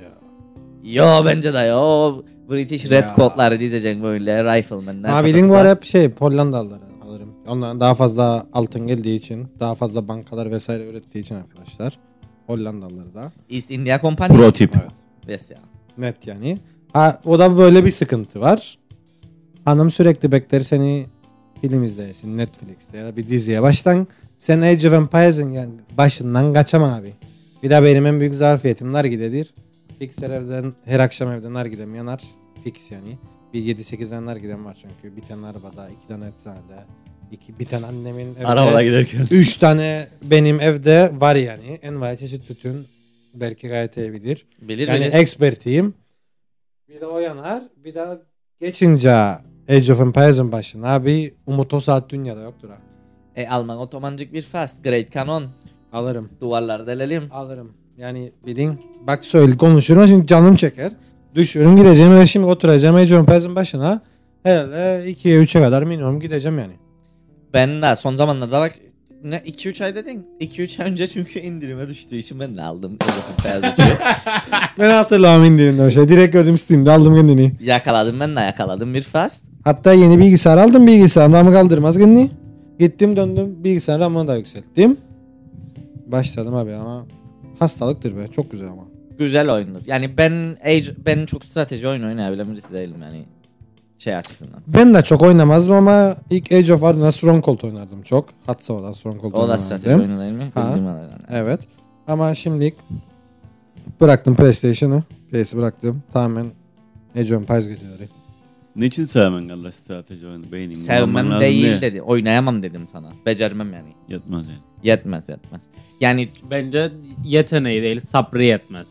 Yo bence de yo. British Red Ya. Coat'ları dizeceksin böyle Rifleman'lar. Ama bildiğin var hep şey Hollandalıları alırım. Onların daha fazla altın geldiği için, daha fazla bankalar vesaire ürettiği için arkadaşlar. Hollandalıları da. East India Company. Pro tip. Evet. Yes ya. Net yani. Ha, o da böyle bir sıkıntı var. Hanım sürekli bekler seni film izleyesin Netflix'te ya da bir diziye baştan. Sen Age of Empires'ın yani başından kaçamam abi. Bir daha benim en büyük zafiyetim nargiledir. Fix her evden, her akşam evden nargilem yanar. Fix yani. Bir yedi sekiz tane nargilem var çünkü. Bir tane arabada, iki tane eczanede, iki, bir tane annemin evde. Arabada giderken. Üç tane benim evde var yani. Envai çeşit tütün. Belki gayet iyi bilir. Bilir Yani bilir. expertiyim. Bir de o yanar. Bir de geçince Age of Empires'ın başına bir Umut o saat dünyada yoktur ha. E, Alman otomancık bir fast. Great Canon. Alırım. Duvarlar delelim. Alırım. Yani bilin. Bak söyle konuşurum şimdi canım çeker. Düşüyorum gideceğim ve şimdi oturacağım Age of Empires'ın başına. Herhalde ikiye üçe kadar minimum gideceğim yani. Ben de son zamanlarda bak ne iki üç ay dedin. iki üç ay önce çünkü indirime düştüğü için ben de aldım. Age of Empires üçü. Ben hatırlamam indirimde o şey. Direkt gördüm Steam'de aldım kendini. Yakaladım ben de yakaladım bir fast. Hatta yeni bilgisayar aldım. Bilgisayarım RAM'ı kaldırmaz kendini. Gittim döndüm bilgisayar RAM'ını da yükselttim. Başladım abi ama hastalıktır be. Çok güzel ama. Güzel oyundur. Yani ben Age ben çok strateji oyunu oynayabilen birisi değilim yani şey açısından. Ben de çok oynamazdım ama ilk Age of adına Stronghold oynardım çok. Hatsava'da Stronghold O da oynardım. strateji oyunu değil mi? Ha. Bildiğim kadarıyla. Evet. Ama şimdilik bıraktım PlayStation'ı. P S'i bıraktım. Tamamen Age of Empires geceleri. Niçin sevmen kardeş strateji oyunu? Beynin kullanman Sevmem lazım değil diye. dedi. Oynayamam dedim sana. Becermem yani. Yetmez yani. Yetmez yetmez. Yani Bence yeteneği değil, sabrı yetmez.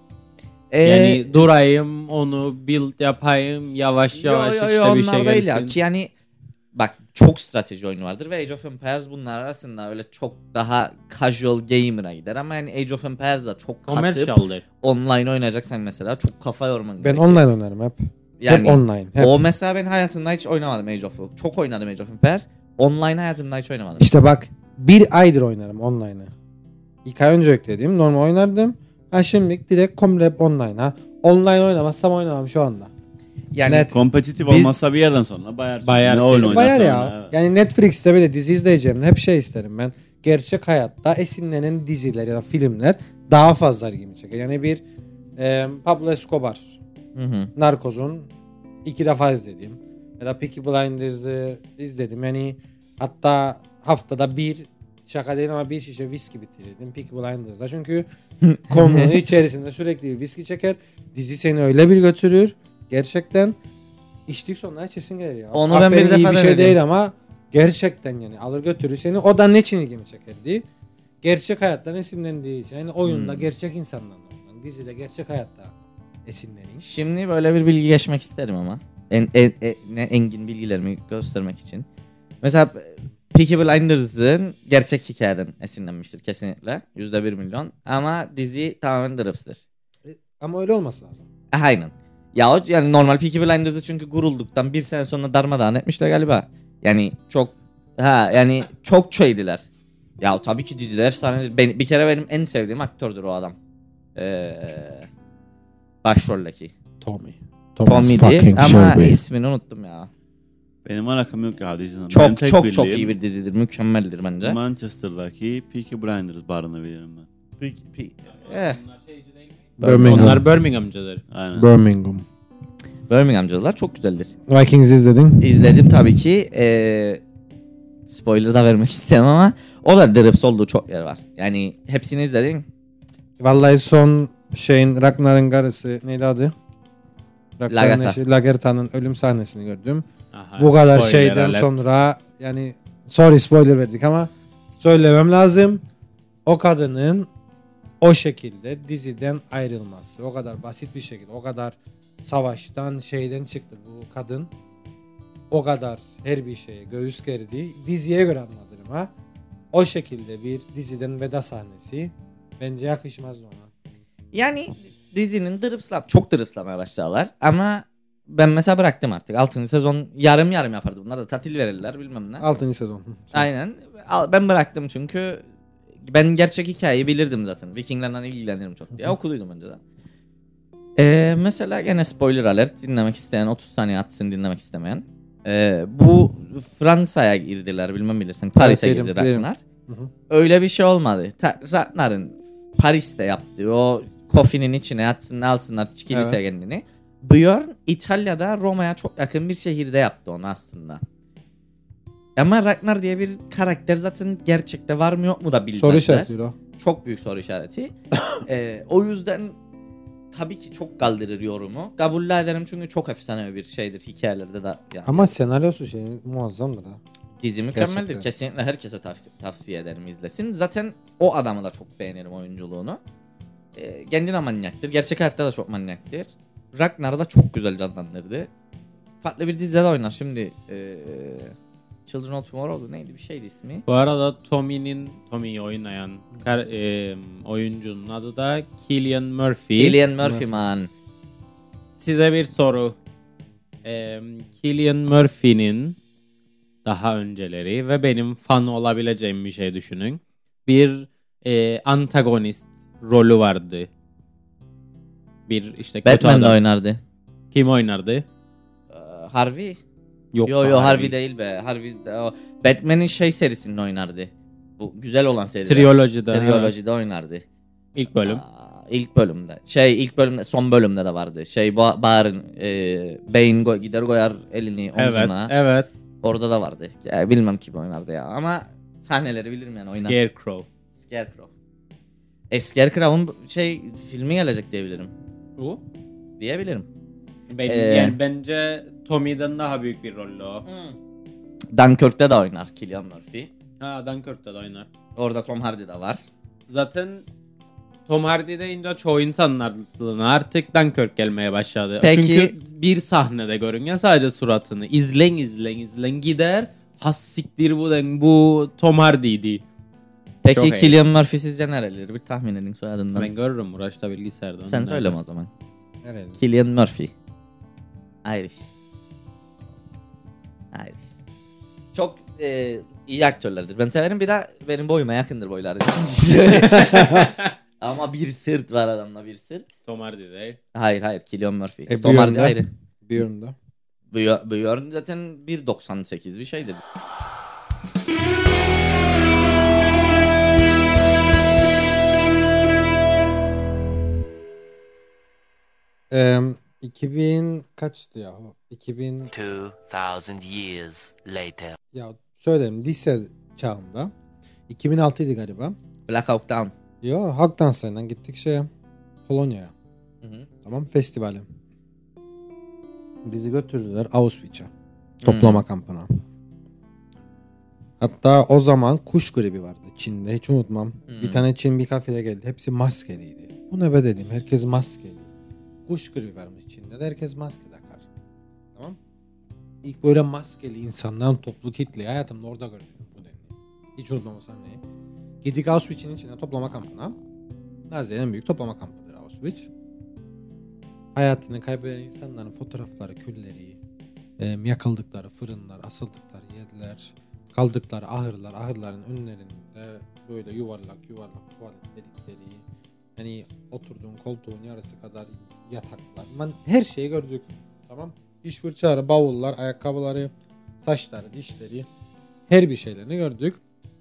e, Yani durayım, onu build yapayım, yavaş yo, yavaş yo, işte yo, bir onlar şey değil ya. gelsin. Ki yani bak çok strateji oyunu vardır ve Age of Empires bunlar arasında öyle çok daha casual gamer'a gider ama yani Age of Empires'da çok kasıp Commercial'dır. online oynayacaksan mesela çok kafa yorman Ben gerekiyor. online oynarım hep. Yani hep online. Hep. o mesela ben hayatımda hiç oynamadım Age of'u. Çok oynadım Age of Empires. Online hayatımda hiç oynamadım. İşte bak bir aydır oynarım online'ı. İlk ay önce yükledim. Normal oynardım. Ha şimdilik direkt komple online ha. Online oynamazsam oynamam şu anda. yani net. Kompetitif Biz- olmazsa bir yerden sonra bayar. Bayar. Ne oyun Bayar oynarsa ya. oyna. Yani Netflix'te böyle dizi izleyeceğim. Hep şey isterim ben. Gerçek hayatta esinlenen diziler ya da filmler daha fazla ilgimi çeker. Yani bir e, Pablo Escobar, Hı hı. Narcos'un iki defa izledim. Ya da Peaky Blinders'ı izledim. Yani hatta haftada bir şaka değil ama bir şişe viski bitirirdim Peaky Blinders'da. Çünkü konunun içerisinde sürekli bir viski çeker. Dizi seni öyle bir götürür. Gerçekten içtik sonra içesin gelir ya. Onu ben bir Aferin, iyi defa bir şey denedim. değil ama gerçekten yani alır götürür seni. O da ne için ilgimi çekerdi? Gerçek hayattan esinlendiği için. Yani oyunda Hmm. gerçek insanlardan. Dizide gerçek hayatta esinleneyim. Şimdi böyle bir bilgi geçmek isterim ama. En, en, en- ne engin bilgilerimi göstermek için. Mesela Peaky Blinders'ın gerçek hikayeden esinlenmiştir kesinlikle. yüzde bir milyon. Ama dizi tamamen dırıpsıdır. Ama öyle olması lazım. E, aynen. Ya o yani normal Peaky Blinders'ı çünkü kurulduktan bir sene sonra darmadağın etmişler galiba. Yani çok ha yani çok şeydiler. Ya tabii ki dizide efsane. Ben, bir kere benim en sevdiğim aktördür o adam. Ee, başroldeki. Tommy. Tommy'di ama ismini unuttum ya. Benim alakam yok ya dizinin. Benim Çok tek çok çok bildiğim iyi bir dizidir. Mükemmeldir bence. Manchester'daki Peaky Blinders barını bilirim ben. Peki, peki. Eh. Birmingham. Onlar Birmingham'cıdır. Aynen. Birmingham. Birmingham'cılar çok güzeldir. Vikings izledin. İzledim tabii ki. Ee, spoiler da vermek istemem ama o da Drips olduğu çok yer var. Yani hepsini izledin. Vallahi son şeyin Ragnar'ın karısı neydi adı? Ragnar'ın Lagertha. eşi Lagertha'nın ölüm sahnesini gördüm. Aha, Bu kadar spoiler şeyden alert. sonra yani sorry spoiler verdik ama söylemem lazım. O kadının o şekilde diziden ayrılması. O kadar basit bir şekilde. O kadar savaştan şeyden çıktı bu kadın. O kadar her bir şeye göğüs gerdi. Diziye göre anladım ha. O şekilde bir diziden veda sahnesi bence yakışmazdı ona. Yani dizinin dırıpslam çok dırıpslamaya başladılar ama ben mesela bıraktım artık. altıncı sezon yarım yarım yapardı. Bunlar da tatil verirler bilmem ne. altıncı sezon. Aynen. Al- Ben bıraktım çünkü ben gerçek hikayeyi bilirdim zaten. Vikinglerden ilgilenirim çok diye okuduydum önceden. Ee, mesela gene spoiler alert, dinlemek isteyen otuz saniye atsın, dinlemek istemeyen. Ee, bu Fransa'ya girdiler bilmem bilirsin. Paris'e Evet, girdi bilirim, Ragnar. Hı hı. Öyle bir şey olmadı. Ta- Ragnar'ın Paris'te yaptığı o kofinin içine yatsın alsınlar kiliseye kendini. Björn İtalya'da Roma'ya çok yakın bir şehirde yaptı onu aslında. Ama Ragnar diye bir karakter zaten gerçekte var mı yok mu da bilmezler. Soru işareti o. Çok büyük soru işareti. ee, o yüzden tabii ki çok kaldırır yorumu. Kabul ederim çünkü çok efsane bir şeydir hikayelerde de. Yani. Ama senaryosu şey muazzamdır ha. Dizi mükemmeldir. Gerçekten. Kesinlikle herkese tavsiye, tavsiye ederim izlesin. Zaten o adamı da çok beğenirim oyunculuğunu. Ee, kendine manyaktır. Gerçek hayatta da çok manyaktır. Ragnar'ı da çok güzel canlandırdı. Farklı bir dizide de oynar. Şimdi ee, Children of Tomorrow'du neydi bir şeydi ismi. Bu arada Tommy'nin Tommy'yi oynayan kar, e, oyuncunun adı da Cillian Murphy. Cillian Murphy man. Size bir soru. E, Cillian Murphy'nin daha önceleri ve benim fan olabileceğim bir şey düşünün. Bir e, antagonist rolü vardı. Bir işte kötü Batman'da adam. oynardı. Kim oynardı? Ee, Harvey. Yok. Yo be, yo Harvey. Harvey değil be. Harvey de o Batman'in şey serisinde oynardı. Bu güzel olan seride. Trilogy'da. Trilogy'de oynardı. İlk bölüm. Aa, ilk bölümde. Şey ilk bölümde son bölümde de vardı. Şey ba- Bahar'ın e, Bane go- gider koyar elini Evet, omzuna. evet. Orada da vardı. Ya, bilmem kim oynardı ya ama sahneleri bilirim yani oynar. Scarecrow. Scarecrow. E, Scarecrow'un şey filmi gelecek diyebilirim. Bu? Diyebilirim. Ben, Ee, yani bence Tommy'den daha büyük bir rollü o. Dunkirk'te de oynar Cillian Murphy. Ha, Dunkirk'te de oynar. Orada Tom Hardy de var. Zaten Tom Hardy deyince çoğu insanın aklına artık Dunkirk gelmeye başladı. Peki- Çünkü bir sahnede görün ya sadece suratını. İzlen izlen izlen gider. Has siktir bu den bu Tom Hardy'ydi. Peki Çok iyi. Cillian Murphy sizce nerelidir? Bir tahmin edin soyadından. Ben görürüm Uğraş'ta bilgisayardan. Sen söyleme o zaman. Nerede? Cillian Murphy. Irish. Irish. Çok e, iyi aktörlerdir. Ben severim. Bir de benim boyuma yakındır boyları. Ama bir sırt var adamda bir sırt. Tom Hardy değil. Hayır hayır Cillian Murphy. E, Tom Hardy Björn'da? ayrı. Bir yönde. Björn Björn zaten bir doksan sekiz bir şeydir. Ee, iki bin kaçtı ya? iki bin Two thousand years later. ya söyleyeyim lise çağımda. iki bin altıydı galiba. Black Hawk Down. Yo halk danslarından gittik şeye. Polonya'ya. Hı hı. Tamam festivale. Bizi götürdüler Auschwitz'e. Toplama kampına. Hatta o zaman kuş gribi vardı Çin'de. Hiç unutmam. Hmm. Bir tane Çin bir kafeye geldi. Hepsi maskeliydi. Bu ne be dedim. Herkes maskeli. Kuş gribi varmış Çin'de de herkes maske takar. Tamam. İlk böyle maskeli insanların toplu kitleyi hayatımda orada gördüm. Bu denli. Hiç unutmam o sahneyi. Gittik Auschwitz'in içine toplama kampına. Nazilerin en büyük toplama kampıdır Auschwitz. Hayatını kaybeden insanların fotoğrafları, külleri, e, yakıldıkları fırınlar, asıldıkları yerler, kaldıkları ahırlar, ahırların önlerinde içinde böyle yuvarlak yuvarlak tuvalet delikleri. Hani oturduğun koltuğun yarısı kadar yataklar. Ben her şeyi gördük. Tamam. Diş fırçaları, bavullar, ayakkabıları, saçları, dişleri. Her bir şeylerini gördük.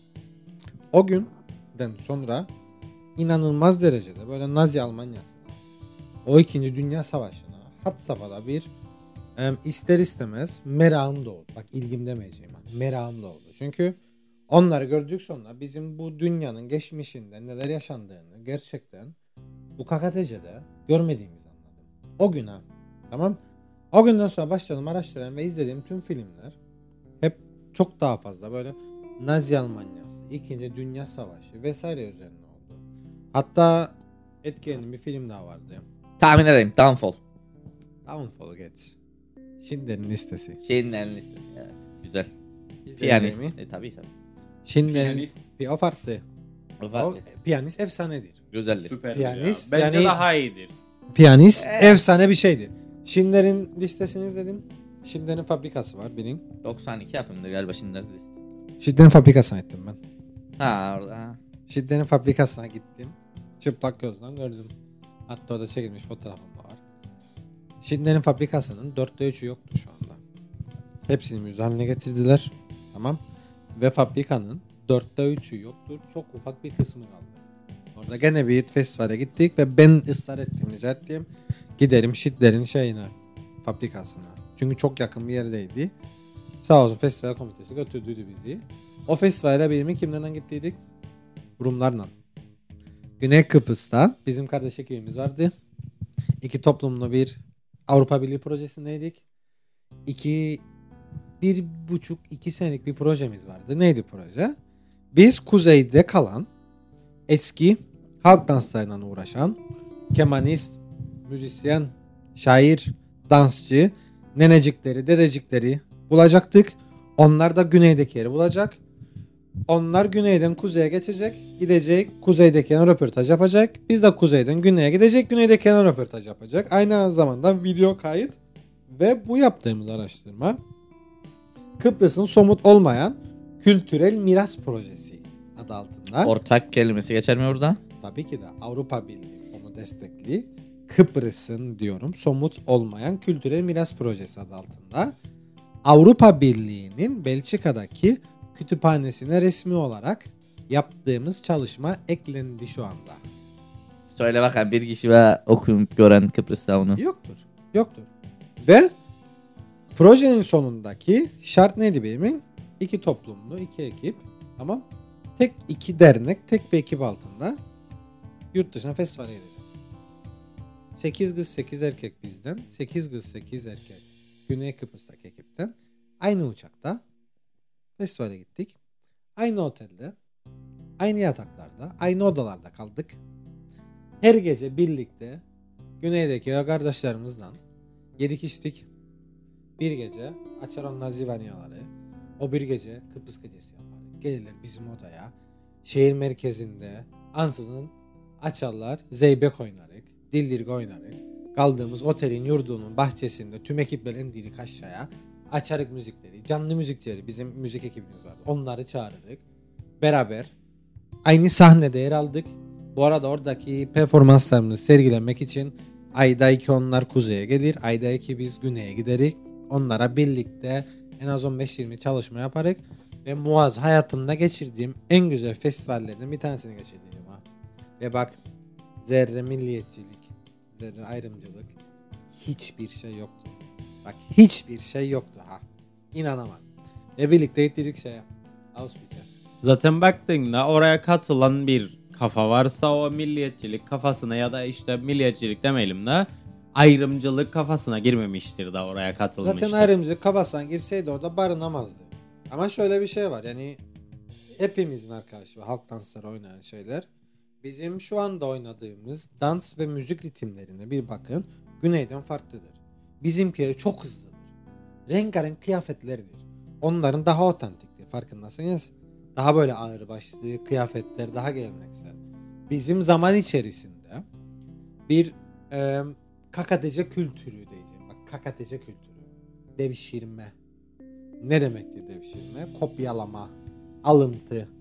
O günden sonra inanılmaz derecede böyle Nazi Almanya'sına, o ikinci Dünya Savaşı'na had safhada bir e, ister istemez merakım doğdu. Bak ilgim demeyeceğim. Merakım doğdu. Çünkü onları gördük sonra bizim bu dünyanın geçmişinde neler yaşandığını gerçekten bu K K T C'de görmediğimizi anladım. O gün ha. Tamam. O günden sonra başladım araştıran ve izlediğim tüm filmler hep çok daha fazla böyle Nazi Almanyası, İkinci Dünya Savaşı vesaire üzerine oldu. Hatta etkilendiğim bir film daha vardı. Tahmin edeyim. Downfall. Downfall'u geç. Schindler'in listesi. Schindler'in listesi. Evet. Güzel. İzledin Piyanist. mi? E tabii tabii. Schindler'in Piyanist. bir o farklı. O O, farklı. piyanist efsanedir. Güzellik. Süper. Piyanist, Ya. Bence yani- daha iyidir. Piyanist Evet. efsane bir şeydir. Schindler'in listesini izledim. Schindler'in fabrikası var bilin. doksan iki yapımdır galiba Schindler's List. Schindler'in fabrikasına gittim ben. Ha orada. Ha. Schindler'in fabrikasına gittim. Çıplak gözden gördüm. Hatta orada çekilmiş fotoğrafım da var. Schindler'in fabrikasının dörtte üçü yoktu şu anda. Hepsini müze haline getirdiler. Tamam. Ve fabrikanın dörtte üçü yoktur. Çok ufak bir kısmı kaldı. Orada gene bir festivale gittik ve ben ısrar ettim, rica ettim. Gidelim Schindler'in şeyine, fabrikasına. Çünkü çok yakın bir yerdeydi. Sağ olsun festival komitesi götürdüydü bizi. O festivale benim kimlerden gittiydik? Rumlarla. Güney Kıbrıs'ta bizim kardeş ekibimiz vardı. İki toplumlu bir Avrupa Birliği projesindeydik. İki, bir buçuk, iki senelik bir projemiz vardı. Neydi proje? Biz kuzeyde kalan eski halk danslarıyla uğraşan kemanist, müzisyen, şair, dansçı, nenecikleri, dedecikleri bulacaktık. Onlar da güneydeki yeri bulacak. Onlar güneyden kuzeye geçecek, gidecek, kuzeydekine röportaj yapacak. Biz de kuzeyden güneye gidecek, güneydekine röportaj yapacak. Aynı zamanda video kayıt ve bu yaptığımız araştırma Kıbrıs'ın somut olmayan kültürel miras projesi adı altında. Ortak kelimesi geçer mi orada? Tabii ki de Avrupa Birliği fonu destekli Kıbrıs'ın diyorum somut olmayan kültürel miras projesi adı altında Avrupa Birliği'nin Belçika'daki kütüphanesine resmi olarak yaptığımız çalışma eklendi şu anda. Söyle bakalım bir kişi ve okuyup gören Kıbrıs'ta onu. Yoktur. Yoktur. Ve projenin sonundaki şart neydi benim? İki toplumlu, iki ekip. Tamam. Tek iki dernek, tek bir ekip altında yurt dışına festivale gideceğim. sekiz kız sekiz erkek bizden. sekiz kız sekiz erkek Güney Kıbrıs'taki ekipten. Aynı uçakta festivale gittik. Aynı otelde, aynı yataklarda, aynı odalarda kaldık. Her gece birlikte güneydeki o kardeşlerimizle yedik içtik. Bir gece açar onlar zivaniyaları. O bir gece Kıbrıs gecesi yapar. Gelirler bizim odaya. Şehir merkezinde ansızın açarlar. Zeybek oynarık. Dildirge oynarık. Kaldığımız otelin yurdunun bahçesinde tüm ekipler indirik aşağıya. Açarık müzikleri. Canlı müzikleri. Bizim müzik ekibimiz vardı. Onları çağırırık. Beraber aynı sahnede yer aldık. Bu arada oradaki performanslarımızı sergilemek için ayda iki onlar kuzeye gelir. Ayda iki biz güneye giderik. Onlara birlikte en az on beş yirmi çalışma yaparak ve muaz hayatımda geçirdiğim en güzel festivallerden bir tanesini geçirdim ha. Ve bak zerre milliyetçilik, zerre ayrımcılık hiçbir şey yoktu. Bak hiçbir şey yoktu ha. İnanamam. Ve birlikte gittik şeye. Auschwitz'e. Zaten baktığında oraya katılan bir kafa varsa o milliyetçilik kafasına ya da işte milliyetçilik demeyelim de ayrımcılık kafasına girmemiştir da oraya katılmıştır. Zaten ayrımcılık kafasına girseydi orada barınamazdı. Ama şöyle bir şey var yani hepimizin arkadaşı var, halk dansları oynayan şeyler. Bizim şu anda oynadığımız dans ve müzik ritimlerine bir bakın güneyden farklıdır. Bizimkileri çok hızlıdır. Rengarenk kıyafetlerdir. Onların daha otantiktir farkındasınız. Daha böyle ağır başlı kıyafetler daha geleneksel. Bizim zaman içerisinde bir e, K K T C kültürü diyeceğim. Bak K K T C kültürü. Devşirme. Ne demektir devşirme? Kopyalama, alıntı,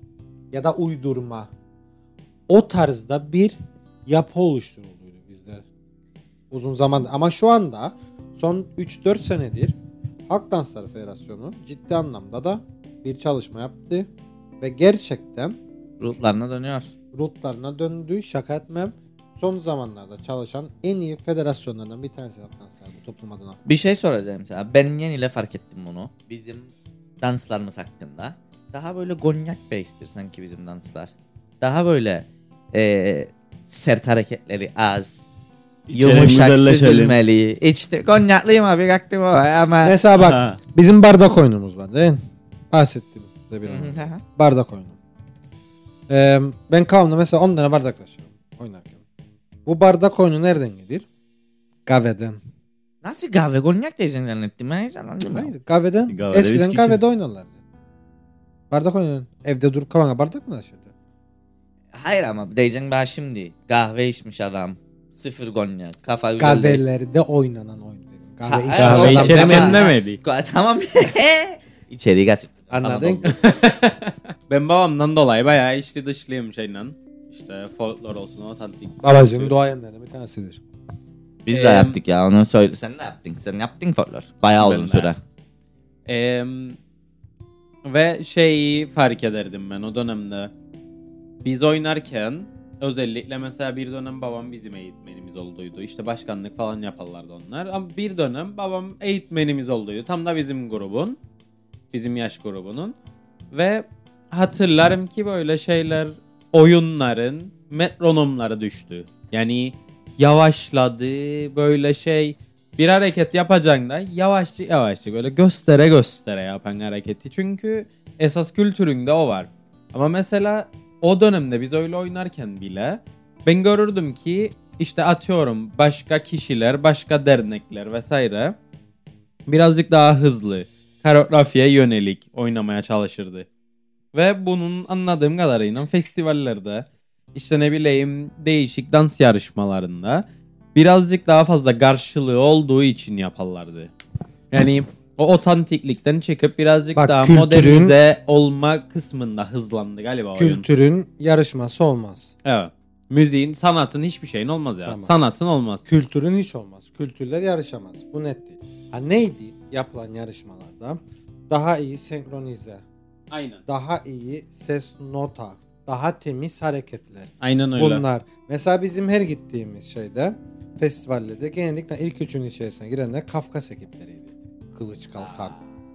ya da uydurma. O tarzda bir yapı oluşturuldu bizde uzun zamandır. Ama şu anda son üç dört senedir Halk Dansları Federasyonu ciddi anlamda da bir çalışma yaptı ve gerçekten Rootlarına dönüyor. rootlarına döndü. Şaka etmem. Son zamanlarda çalışan en iyi federasyonlardan bir tanesi Halk Dansları bu toplum adına. Bir şey soracağım sana. Ben yeniyle fark ettim bunu. Bizim danslarımız hakkında. Daha böyle gonyak base'tir sanki bizim danslar. Daha böyle eee sert hareketleri az. İçelim, Yumuşak güzelleşelim. süzülmeli. İşte konyaklıyım abi kalktım ama. Mesela bak Ha. bizim bardak oyunumuz var değil mi? Bahsettim size bir an önce. Bardak oyunu. Ee, ben kavimde mesela on tane bardak taşıyorum oynarken. Bu bardak oyunu nereden gelir? Kahveden. Nasıl kahve konyak diyeceksin zannettim. Ben heyecanlandım. Hayır kahveden. Kahvede Eskiden viski kahvede için. oynarlardı. Bardak oyunu. Evde durup kavana bardak mı taşıdı? Hayır ama diyeceksin ben şimdi. Kahve içmiş adam. Sıfır konyak. Kafa güzel değil. Kahvelerde oynanan oyun dedim. Kahve Ha, içmiş Kahve adam içerken demedim. demedi. Tamam. İçeri kaç. Anladın? Ben babamdan dolayı bayağı içli dışlıyım şeyle. İşte folklor olsun, otantik. Babacığım kültür. duayenlerden bir tanesidir. Biz de Eee, yaptık ya onu söyle. Sen ne yaptın? Sen yaptın folklor. Bayağı Ben uzun de. süre. Eee, ve şeyi fark ederdim ben o dönemde. Biz oynarken özellikle mesela bir dönem babam bizim eğitmenimiz olduydu. İşte başkanlık falan yaparlardı onlar. Ama bir dönem babam eğitmenimiz olduydu. Tam da bizim grubun. Bizim yaş grubunun. Ve hatırlarım ki böyle şeyler, oyunların metronomları düştü. Yani yavaşladı böyle şey. Bir hareket yapacaksın da yavaşça yavaşça böyle göstere göstere yapan hareketi. Çünkü esas kültüründe o var. Ama mesela o dönemde biz öyle oynarken bile ben görürdüm ki işte atıyorum başka kişiler, başka dernekler vesaire birazcık daha hızlı, koreografiye yönelik oynamaya çalışırdı. Ve bunun anladığım kadarıyla festivallerde işte ne bileyim değişik dans yarışmalarında birazcık daha fazla karşılığı olduğu için yaparlardı. Yani o otantiklikten çıkıp birazcık Bak, daha kültürün- modernize olma kısmında hızlandı galiba oyun. Kültürün yarışması olmaz. Evet. Müziğin, sanatın hiçbir şeyin olmaz ya. Tamam. Sanatın olmaz. Kültürün hiç olmaz. Kültürler yarışamaz. Bu net değil. Ha neydi yapılan yarışmalarda? Daha iyi senkronize, Aynen. daha iyi ses nota, daha temiz hareketler. Aynen öyle. Bunlar. Mesela bizim her gittiğimiz şeyde festivallerde genellikle ilk üçün içerisine girenler Kafkas ekipleriydi. Kılıç Kalkan.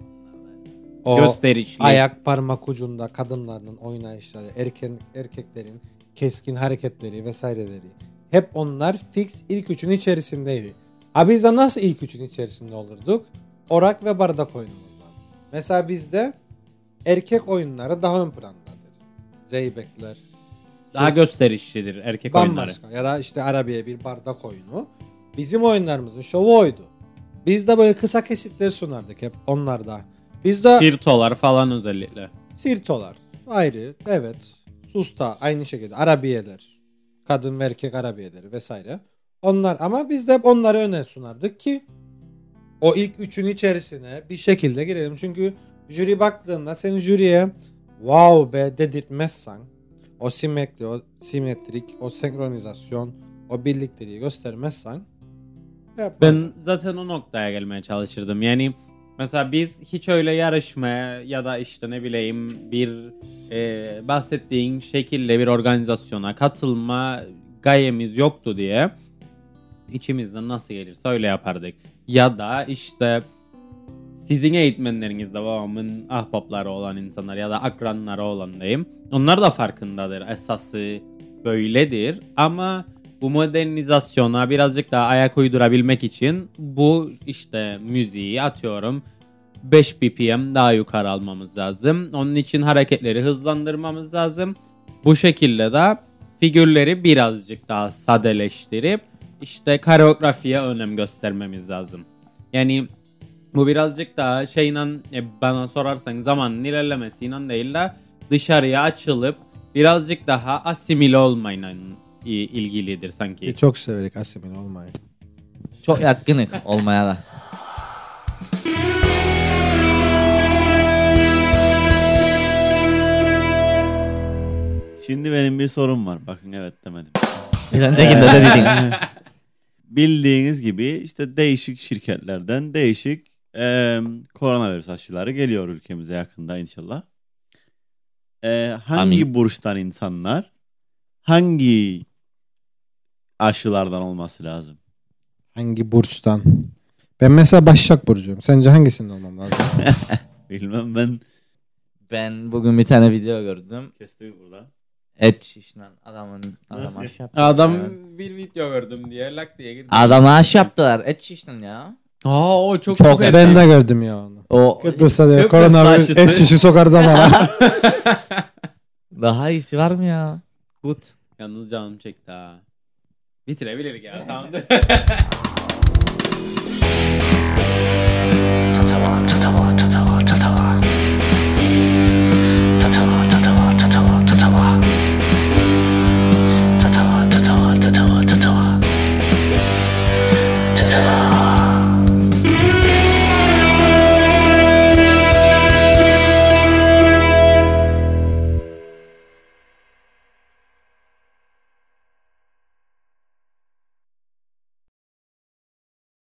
O Gösterişli. ayak parmak ucunda kadınların oynayışları, erken, erkeklerin keskin hareketleri vesaireleri. Hep onlar fix ilk üçün içerisindeydi. Ha biz de nasıl ilk üçün içerisinde olurduk? Orak ve bardak oyunumuzdan. Mesela bizde erkek oyunları daha ön plandadır. Zeybekler. Daha gösterişlidir erkek oyunları. Bambaşka. Ya da işte Arabiye bir bardak oyunu. Bizim oyunlarımızın şovu oydu. Biz de böyle kısa kesitler sunardık hep onlarda. Biz de Sirtolar falan özellikle. Sirtolar ayrı, evet. Susta aynı şekilde Arabiyeler. Kadın ve erkek Arabiyeleri vesaire. Onlar ama biz de hep onları öne sunardık ki o ilk üçün içerisine bir şekilde girelim. Çünkü jüri baktığında senin jüriye wow be dedirtmezsen o simetri, o simetrik, o senkronizasyon, o birlikteliği göstermezsen yapmaz. Ben zaten o noktaya gelmeye çalışırdım. Yani mesela biz hiç öyle yarışmaya ya da işte ne bileyim bir e, bahsettiğin şekilde bir organizasyona katılma gayemiz yoktu diye içimizden nasıl gelirse öyle yapardık. Ya da işte sizin eğitmenleriniz de babamın ahbapları olan insanlar ya da akranları olan diyeyim. Onlar da farkındadır. Esası böyledir ama bu modernizasyona birazcık daha ayak uydurabilmek için bu işte müziği atıyorum beş B P M daha yukarı almamız lazım. Onun için hareketleri hızlandırmamız lazım. Bu şekilde de figürleri birazcık daha sadeleştirip işte koreografiye önem göstermemiz lazım. Yani bu birazcık daha şeyle e, bana sorarsan zamanın ilerlemesiyle değil de dışarıya açılıp birazcık daha asimile olmayla i- ilgilidir sanki. Ki çok severik asimile olmayı. Çok yatkınık olmaya da. benim bir sorum var. Bakın evet demedim. Bir öncekinde de dedin. Bildiğiniz gibi işte değişik şirketlerden değişik e, koronavirüs aşıları geliyor ülkemize yakında inşallah. E, hangi Amin. burçtan insanlar hangi aşılardan olması lazım? Hangi burçtan? Ben mesela Başak Burcu'yum. Sence hangisinde olmam lazım? Bilmem ben. Ben bugün bir tane video gördüm. Kestim burada. Et şişlen adamın adam Nasıl? aş yaptı. Adam Evet. bir video gördüm diye lak diye girdi. Adama aş yaptılar. Et şişlen ya. Aa o çok Çok güzel. Ben de gördüm ya onu. O Kıbrıs'ta diyor Kıbrıs koronavirüs aşısı. et şişi sokar damara. daha iyisi var mı ya? Good. Yalnız canım çekti ha. Bitirebiliriz ya tamam.